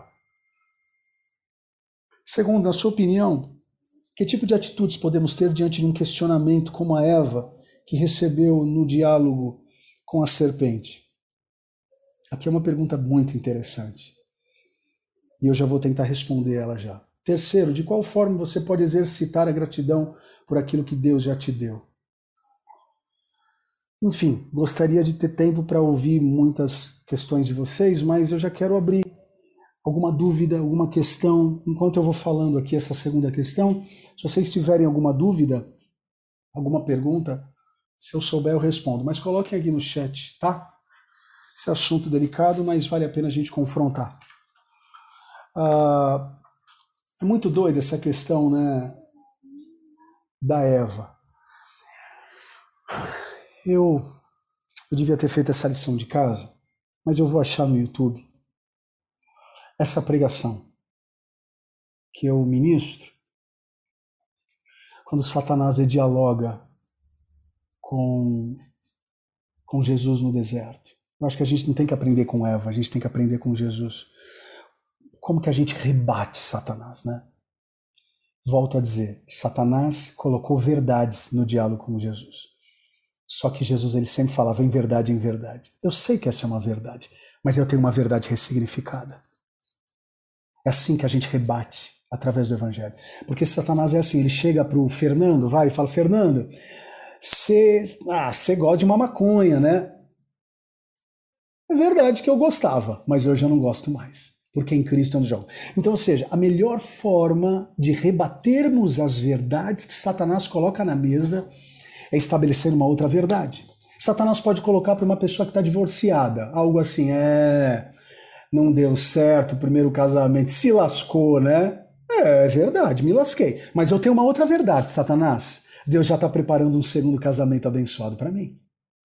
Segundo, na sua opinião, que tipo de atitudes podemos ter diante de um questionamento como a Eva, que recebeu no diálogo com a serpente? Aqui é uma pergunta muito interessante. E eu já vou tentar responder ela já. Terceiro, de qual forma você pode exercitar a gratidão por aquilo que Deus já te deu? Enfim, gostaria de ter tempo para ouvir muitas questões de vocês, mas eu já quero abrir alguma dúvida, alguma questão, enquanto eu vou falando aqui essa segunda questão. Se vocês tiverem alguma dúvida, alguma pergunta, se eu souber eu respondo. Mas coloquem aqui no chat, tá? Esse assunto delicado, mas vale a pena a gente confrontar. É muito doida essa questão, né, da Eva. Eu devia ter feito essa lição de casa, mas eu vou achar no YouTube essa pregação que eu ministro quando Satanás dialoga com Jesus no deserto. Eu acho que a gente não tem que aprender com Eva, a gente tem que aprender com Jesus. Como que a gente rebate Satanás, né? Volto a dizer, Satanás colocou verdades no diálogo com Jesus. Só que Jesus ele sempre falava em verdade, em verdade. Eu sei que essa é uma verdade, mas eu tenho uma verdade ressignificada. É assim que a gente rebate através do evangelho. Porque Satanás é assim, ele chega pro Fernando, vai e fala, Fernando, você gosta de uma maconha, né? É verdade que eu gostava, mas hoje eu não gosto mais. Porque em Cristo eu não jogo. Então, ou seja, a melhor forma de rebatermos as verdades que Satanás coloca na mesa é estabelecer uma outra verdade. Satanás pode colocar para uma pessoa que está divorciada, algo assim, não deu certo o primeiro casamento, se lascou, né? É verdade, me lasquei. Mas eu tenho uma outra verdade, Satanás. Deus já está preparando um segundo casamento abençoado para mim.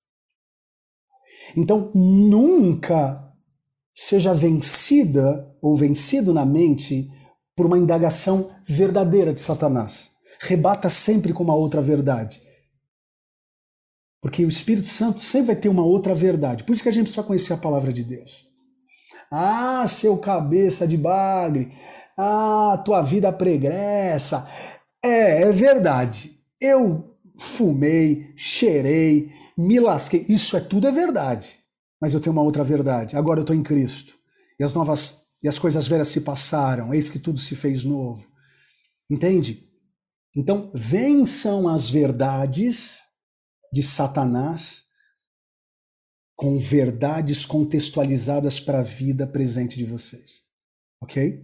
Então, nunca seja vencida ou vencido na mente por uma indagação verdadeira de Satanás. Rebata sempre com uma outra verdade. Porque o Espírito Santo sempre vai ter uma outra verdade. Por isso que a gente precisa conhecer a palavra de Deus. Ah, seu cabeça de bagre. Ah, tua vida pregressa. É verdade. Eu fumei, cheirei, me lasquei. Isso tudo é verdade. Mas eu tenho uma outra verdade. Agora eu estou em Cristo. E as coisas velhas se passaram. Eis que tudo se fez novo. Entende? Então, vençam as verdades de Satanás com verdades contextualizadas para a vida presente de vocês. Ok?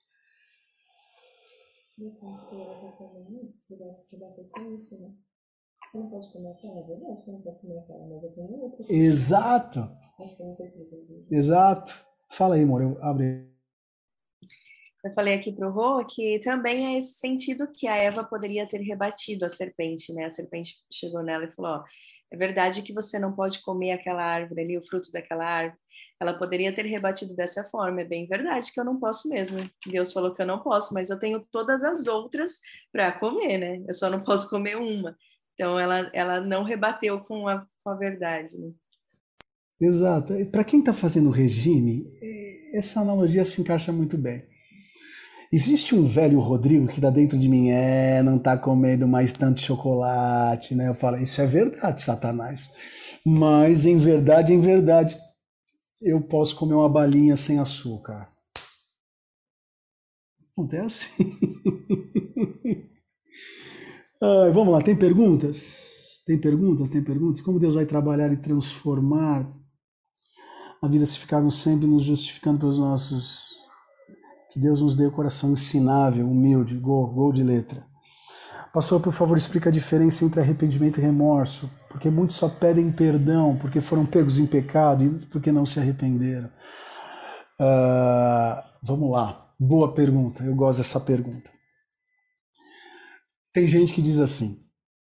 E como se ela também pudesse rebater com isso, né? Você não pode comer aquela, é verdade que eu não posso comer aquela, mas eu tenho outra.
Exato.
Acho que eu não sei se você ouviu.
Exato. Fala aí, amor, abre.
Eu falei aqui para o Rô que também é esse sentido que a Eva poderia ter rebatido a serpente, né? A serpente chegou nela e falou, é verdade que você não pode comer aquela árvore ali, o fruto daquela árvore. Ela poderia ter rebatido dessa forma, é bem verdade que eu não posso mesmo. Deus falou que eu não posso, mas eu tenho todas as outras para comer, né? Eu só não posso comer uma. Então ela não rebateu com a verdade, né?
Exato. Para quem está fazendo regime, essa analogia se encaixa muito bem. Existe um velho Rodrigo que dá dentro de mim, não tá comendo mais tanto chocolate, né? Eu falo, isso é verdade, Satanás. Mas em verdade, eu posso comer uma balinha sem açúcar. Não é assim. Vamos lá, tem perguntas? Tem perguntas? Tem perguntas? Como Deus vai trabalhar e transformar a vida se ficarmos sempre nos justificando pelos nossos... Que Deus nos dê o coração ensinável, humilde, gol de letra. Pastor, por favor, explica a diferença entre arrependimento e remorso, porque muitos só pedem perdão porque foram pegos em pecado e porque não se arrependeram. Vamos lá, boa pergunta, eu gosto dessa pergunta. Tem gente que diz assim,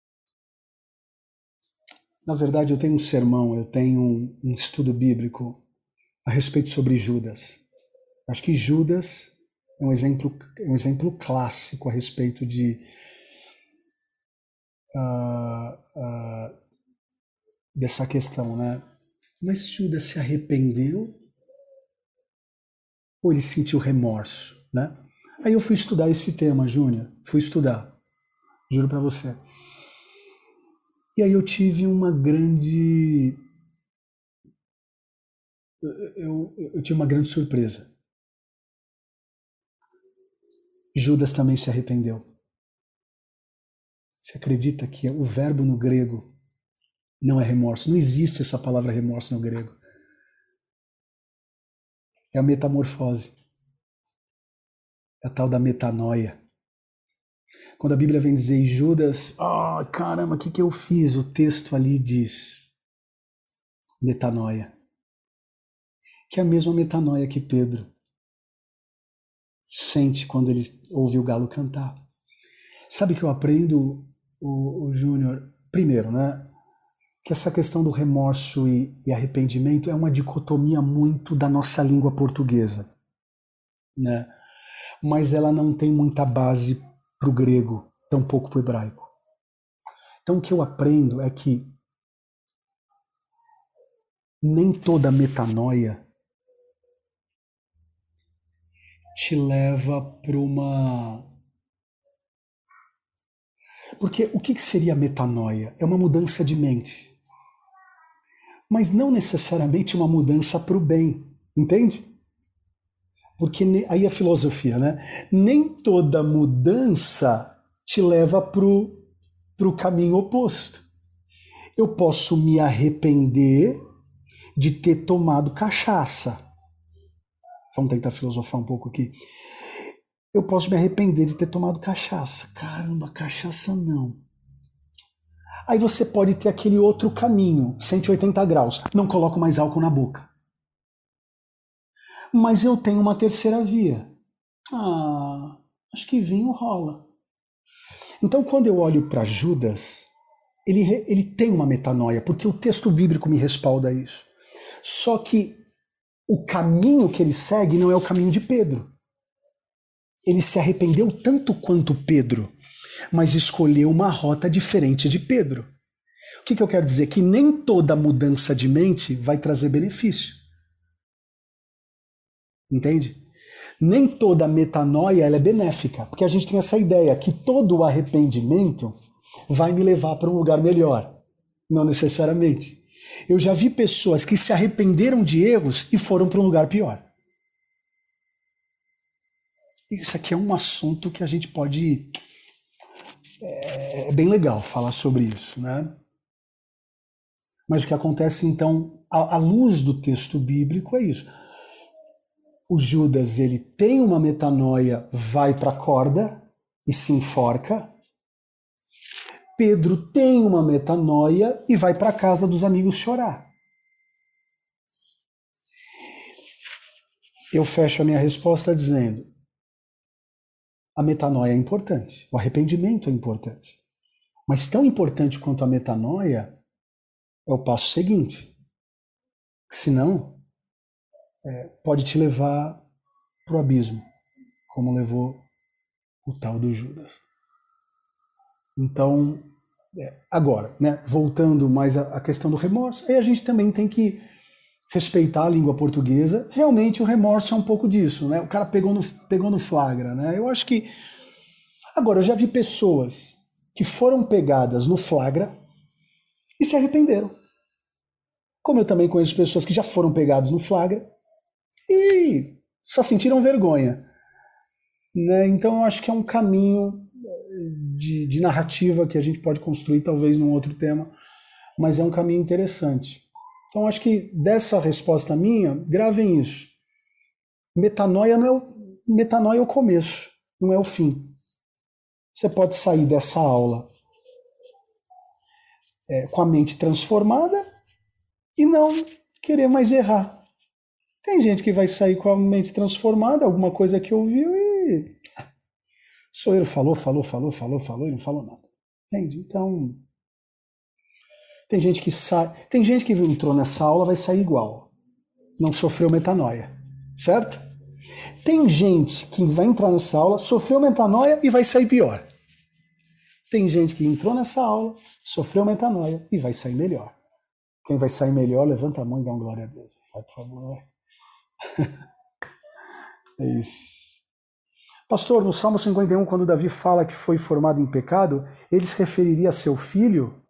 na verdade eu tenho um sermão, eu tenho um estudo bíblico a respeito sobre Judas. Acho que Judas é um exemplo clássico a respeito de dessa questão, né? Mas Judas se arrependeu ou ele sentiu remorso, né? Aí eu fui estudar esse tema, Júnior. Fui estudar, juro para você. E aí eu tive uma grande... Eu tive uma grande surpresa. Judas também se arrependeu. Você acredita que o verbo no grego não é remorso? Não existe essa palavra remorso no grego. É a metamorfose. É a tal da metanoia. Quando a Bíblia vem dizer Judas, caramba, o que eu fiz? O texto ali diz metanoia. Que é a mesma metanoia que Pedro sente quando ele ouve o galo cantar. Sabe que eu aprendo, o Júnior, primeiro, né? Que essa questão do remorso e arrependimento é uma dicotomia muito da nossa língua portuguesa, né? Mas ela não tem muita base para o grego, tampouco para o hebraico. Então o que eu aprendo é que nem toda metanoia te leva para uma... Porque o que seria metanoia? É uma mudança de mente. mas não necessariamente uma mudança para o bem, entende? Porque aí a filosofia, né? Nem toda mudança te leva para o caminho oposto. Eu posso me arrepender de ter tomado cachaça. Vamos tentar filosofar um pouco aqui. Eu posso me arrepender de ter tomado cachaça. Caramba, cachaça não. Aí você pode ter aquele outro caminho, 180 graus. Não coloco mais álcool na boca. Mas eu tenho uma terceira via. Acho que vinho rola. Então, quando eu olho para Judas, ele tem uma metanoia, porque o texto bíblico me respalda isso. Só que o caminho que ele segue não é o caminho de Pedro. Ele se arrependeu tanto quanto Pedro, mas escolheu uma rota diferente de Pedro. O que eu quero dizer? Que nem toda mudança de mente vai trazer benefício. Entende? Nem toda metanoia ela é benéfica, porque a gente tem essa ideia que todo o arrependimento vai me levar para um lugar melhor. Não necessariamente. Eu já vi pessoas que se arrependeram de erros e foram para um lugar pior. Isso aqui é um assunto que a gente pode... É bem legal falar sobre isso, né? Mas o que acontece, então, à luz do texto bíblico é isso. O Judas, ele tem uma metanoia, vai para a corda e se enforca. Pedro tem uma metanoia e vai para a casa dos amigos chorar. Eu fecho a minha resposta dizendo: a metanoia é importante, o arrependimento é importante. Mas tão importante quanto a metanoia é o passo seguinte. Senão, pode te levar para o abismo, como levou o tal do Judas. Então, agora, né, voltando mais à questão do remorso, aí a gente também tem que respeitar a língua portuguesa. Realmente o remorso é um pouco disso, né? O cara pegou no flagra, né? Eu acho que... Agora, eu já vi pessoas que foram pegadas no flagra e se arrependeram. Como eu também conheço pessoas que já foram pegadas no flagra e só sentiram vergonha, né? Então eu acho que é um caminho de narrativa que a gente pode construir talvez num outro tema, mas é um caminho interessante. Então acho que dessa resposta minha, gravem isso. Metanoia metanoia é o começo, não é o fim. Você pode sair dessa aula com a mente transformada e não querer mais errar. Tem gente que vai sair com a mente transformada, alguma coisa que ouviu e... Soeiro falou e não falou nada. Entende? Então... Tem gente que entrou nessa aula vai sair igual. Não sofreu metanoia. Certo? Tem gente que vai entrar nessa aula, sofreu metanoia e vai sair pior. Tem gente que entrou nessa aula, sofreu metanoia e vai sair melhor. Quem vai sair melhor, levanta a mão e dá uma glória a Deus. Vai, por favor. É isso. Pastor, no Salmo 51, quando Davi fala que foi formado em pecado, ele se referiria a seu filho?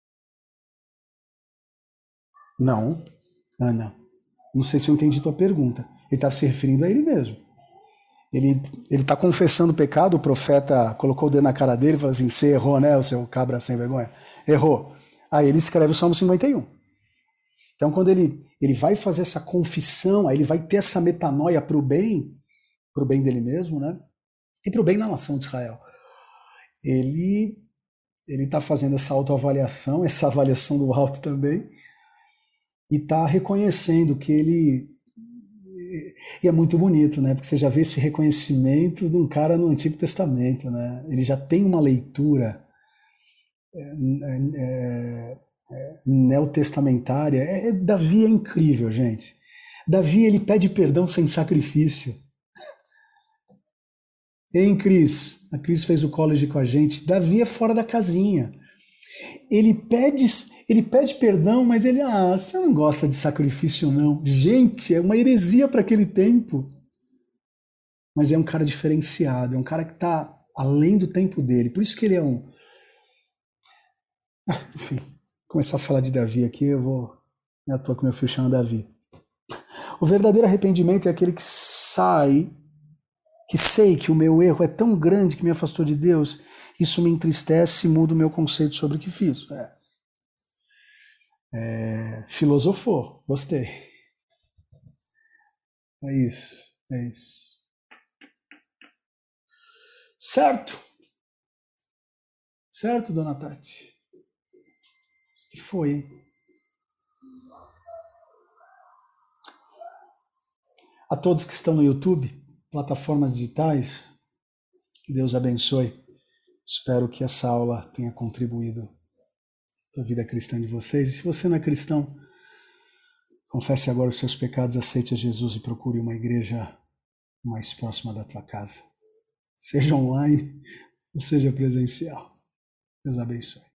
Não, Ana. Não sei se eu entendi tua pergunta. Ele estava se referindo a ele mesmo. Ele está confessando o pecado, o profeta colocou o dedo na cara dele e falou assim: você errou, né, o seu cabra sem vergonha? Errou. Aí ele escreve o Salmo 51. Então, quando ele vai fazer essa confissão, aí ele vai ter essa metanoia para o bem dele mesmo, né? E para o bem da nação de Israel. Ele está fazendo essa autoavaliação, essa avaliação do alto também, e está reconhecendo que ele... E é muito bonito, né? Porque você já vê esse reconhecimento de um cara no Antigo Testamento, né? Ele já tem uma leitura neotestamentária. Davi é incrível, gente. Davi, ele pede perdão sem sacrifício. Hein, Cris? A Cris fez o college com a gente. Davi é fora da casinha. Ele pede perdão, mas você não gosta de sacrifício, não. Gente, é uma heresia para aquele tempo. Mas é um cara diferenciado, é um cara que está além do tempo dele. Por isso que ele é um... Enfim, começar a falar de Davi aqui, eu vou Não é à toa que meu filho chama Davi. O verdadeiro arrependimento é aquele que sai, que sei que o meu erro é tão grande que me afastou de Deus, isso me entristece e muda o meu conceito sobre o que fiz. Filosofou, gostei. É isso, é isso. Certo? Certo, dona Tati? Acho que foi, hein? A todos que estão no YouTube, plataformas digitais, que Deus abençoe. Espero que essa aula tenha contribuído para a vida cristã de vocês. E se você não é cristão, confesse agora os seus pecados, aceite a Jesus e procure uma igreja mais próxima da tua casa. Seja online ou seja presencial. Deus abençoe.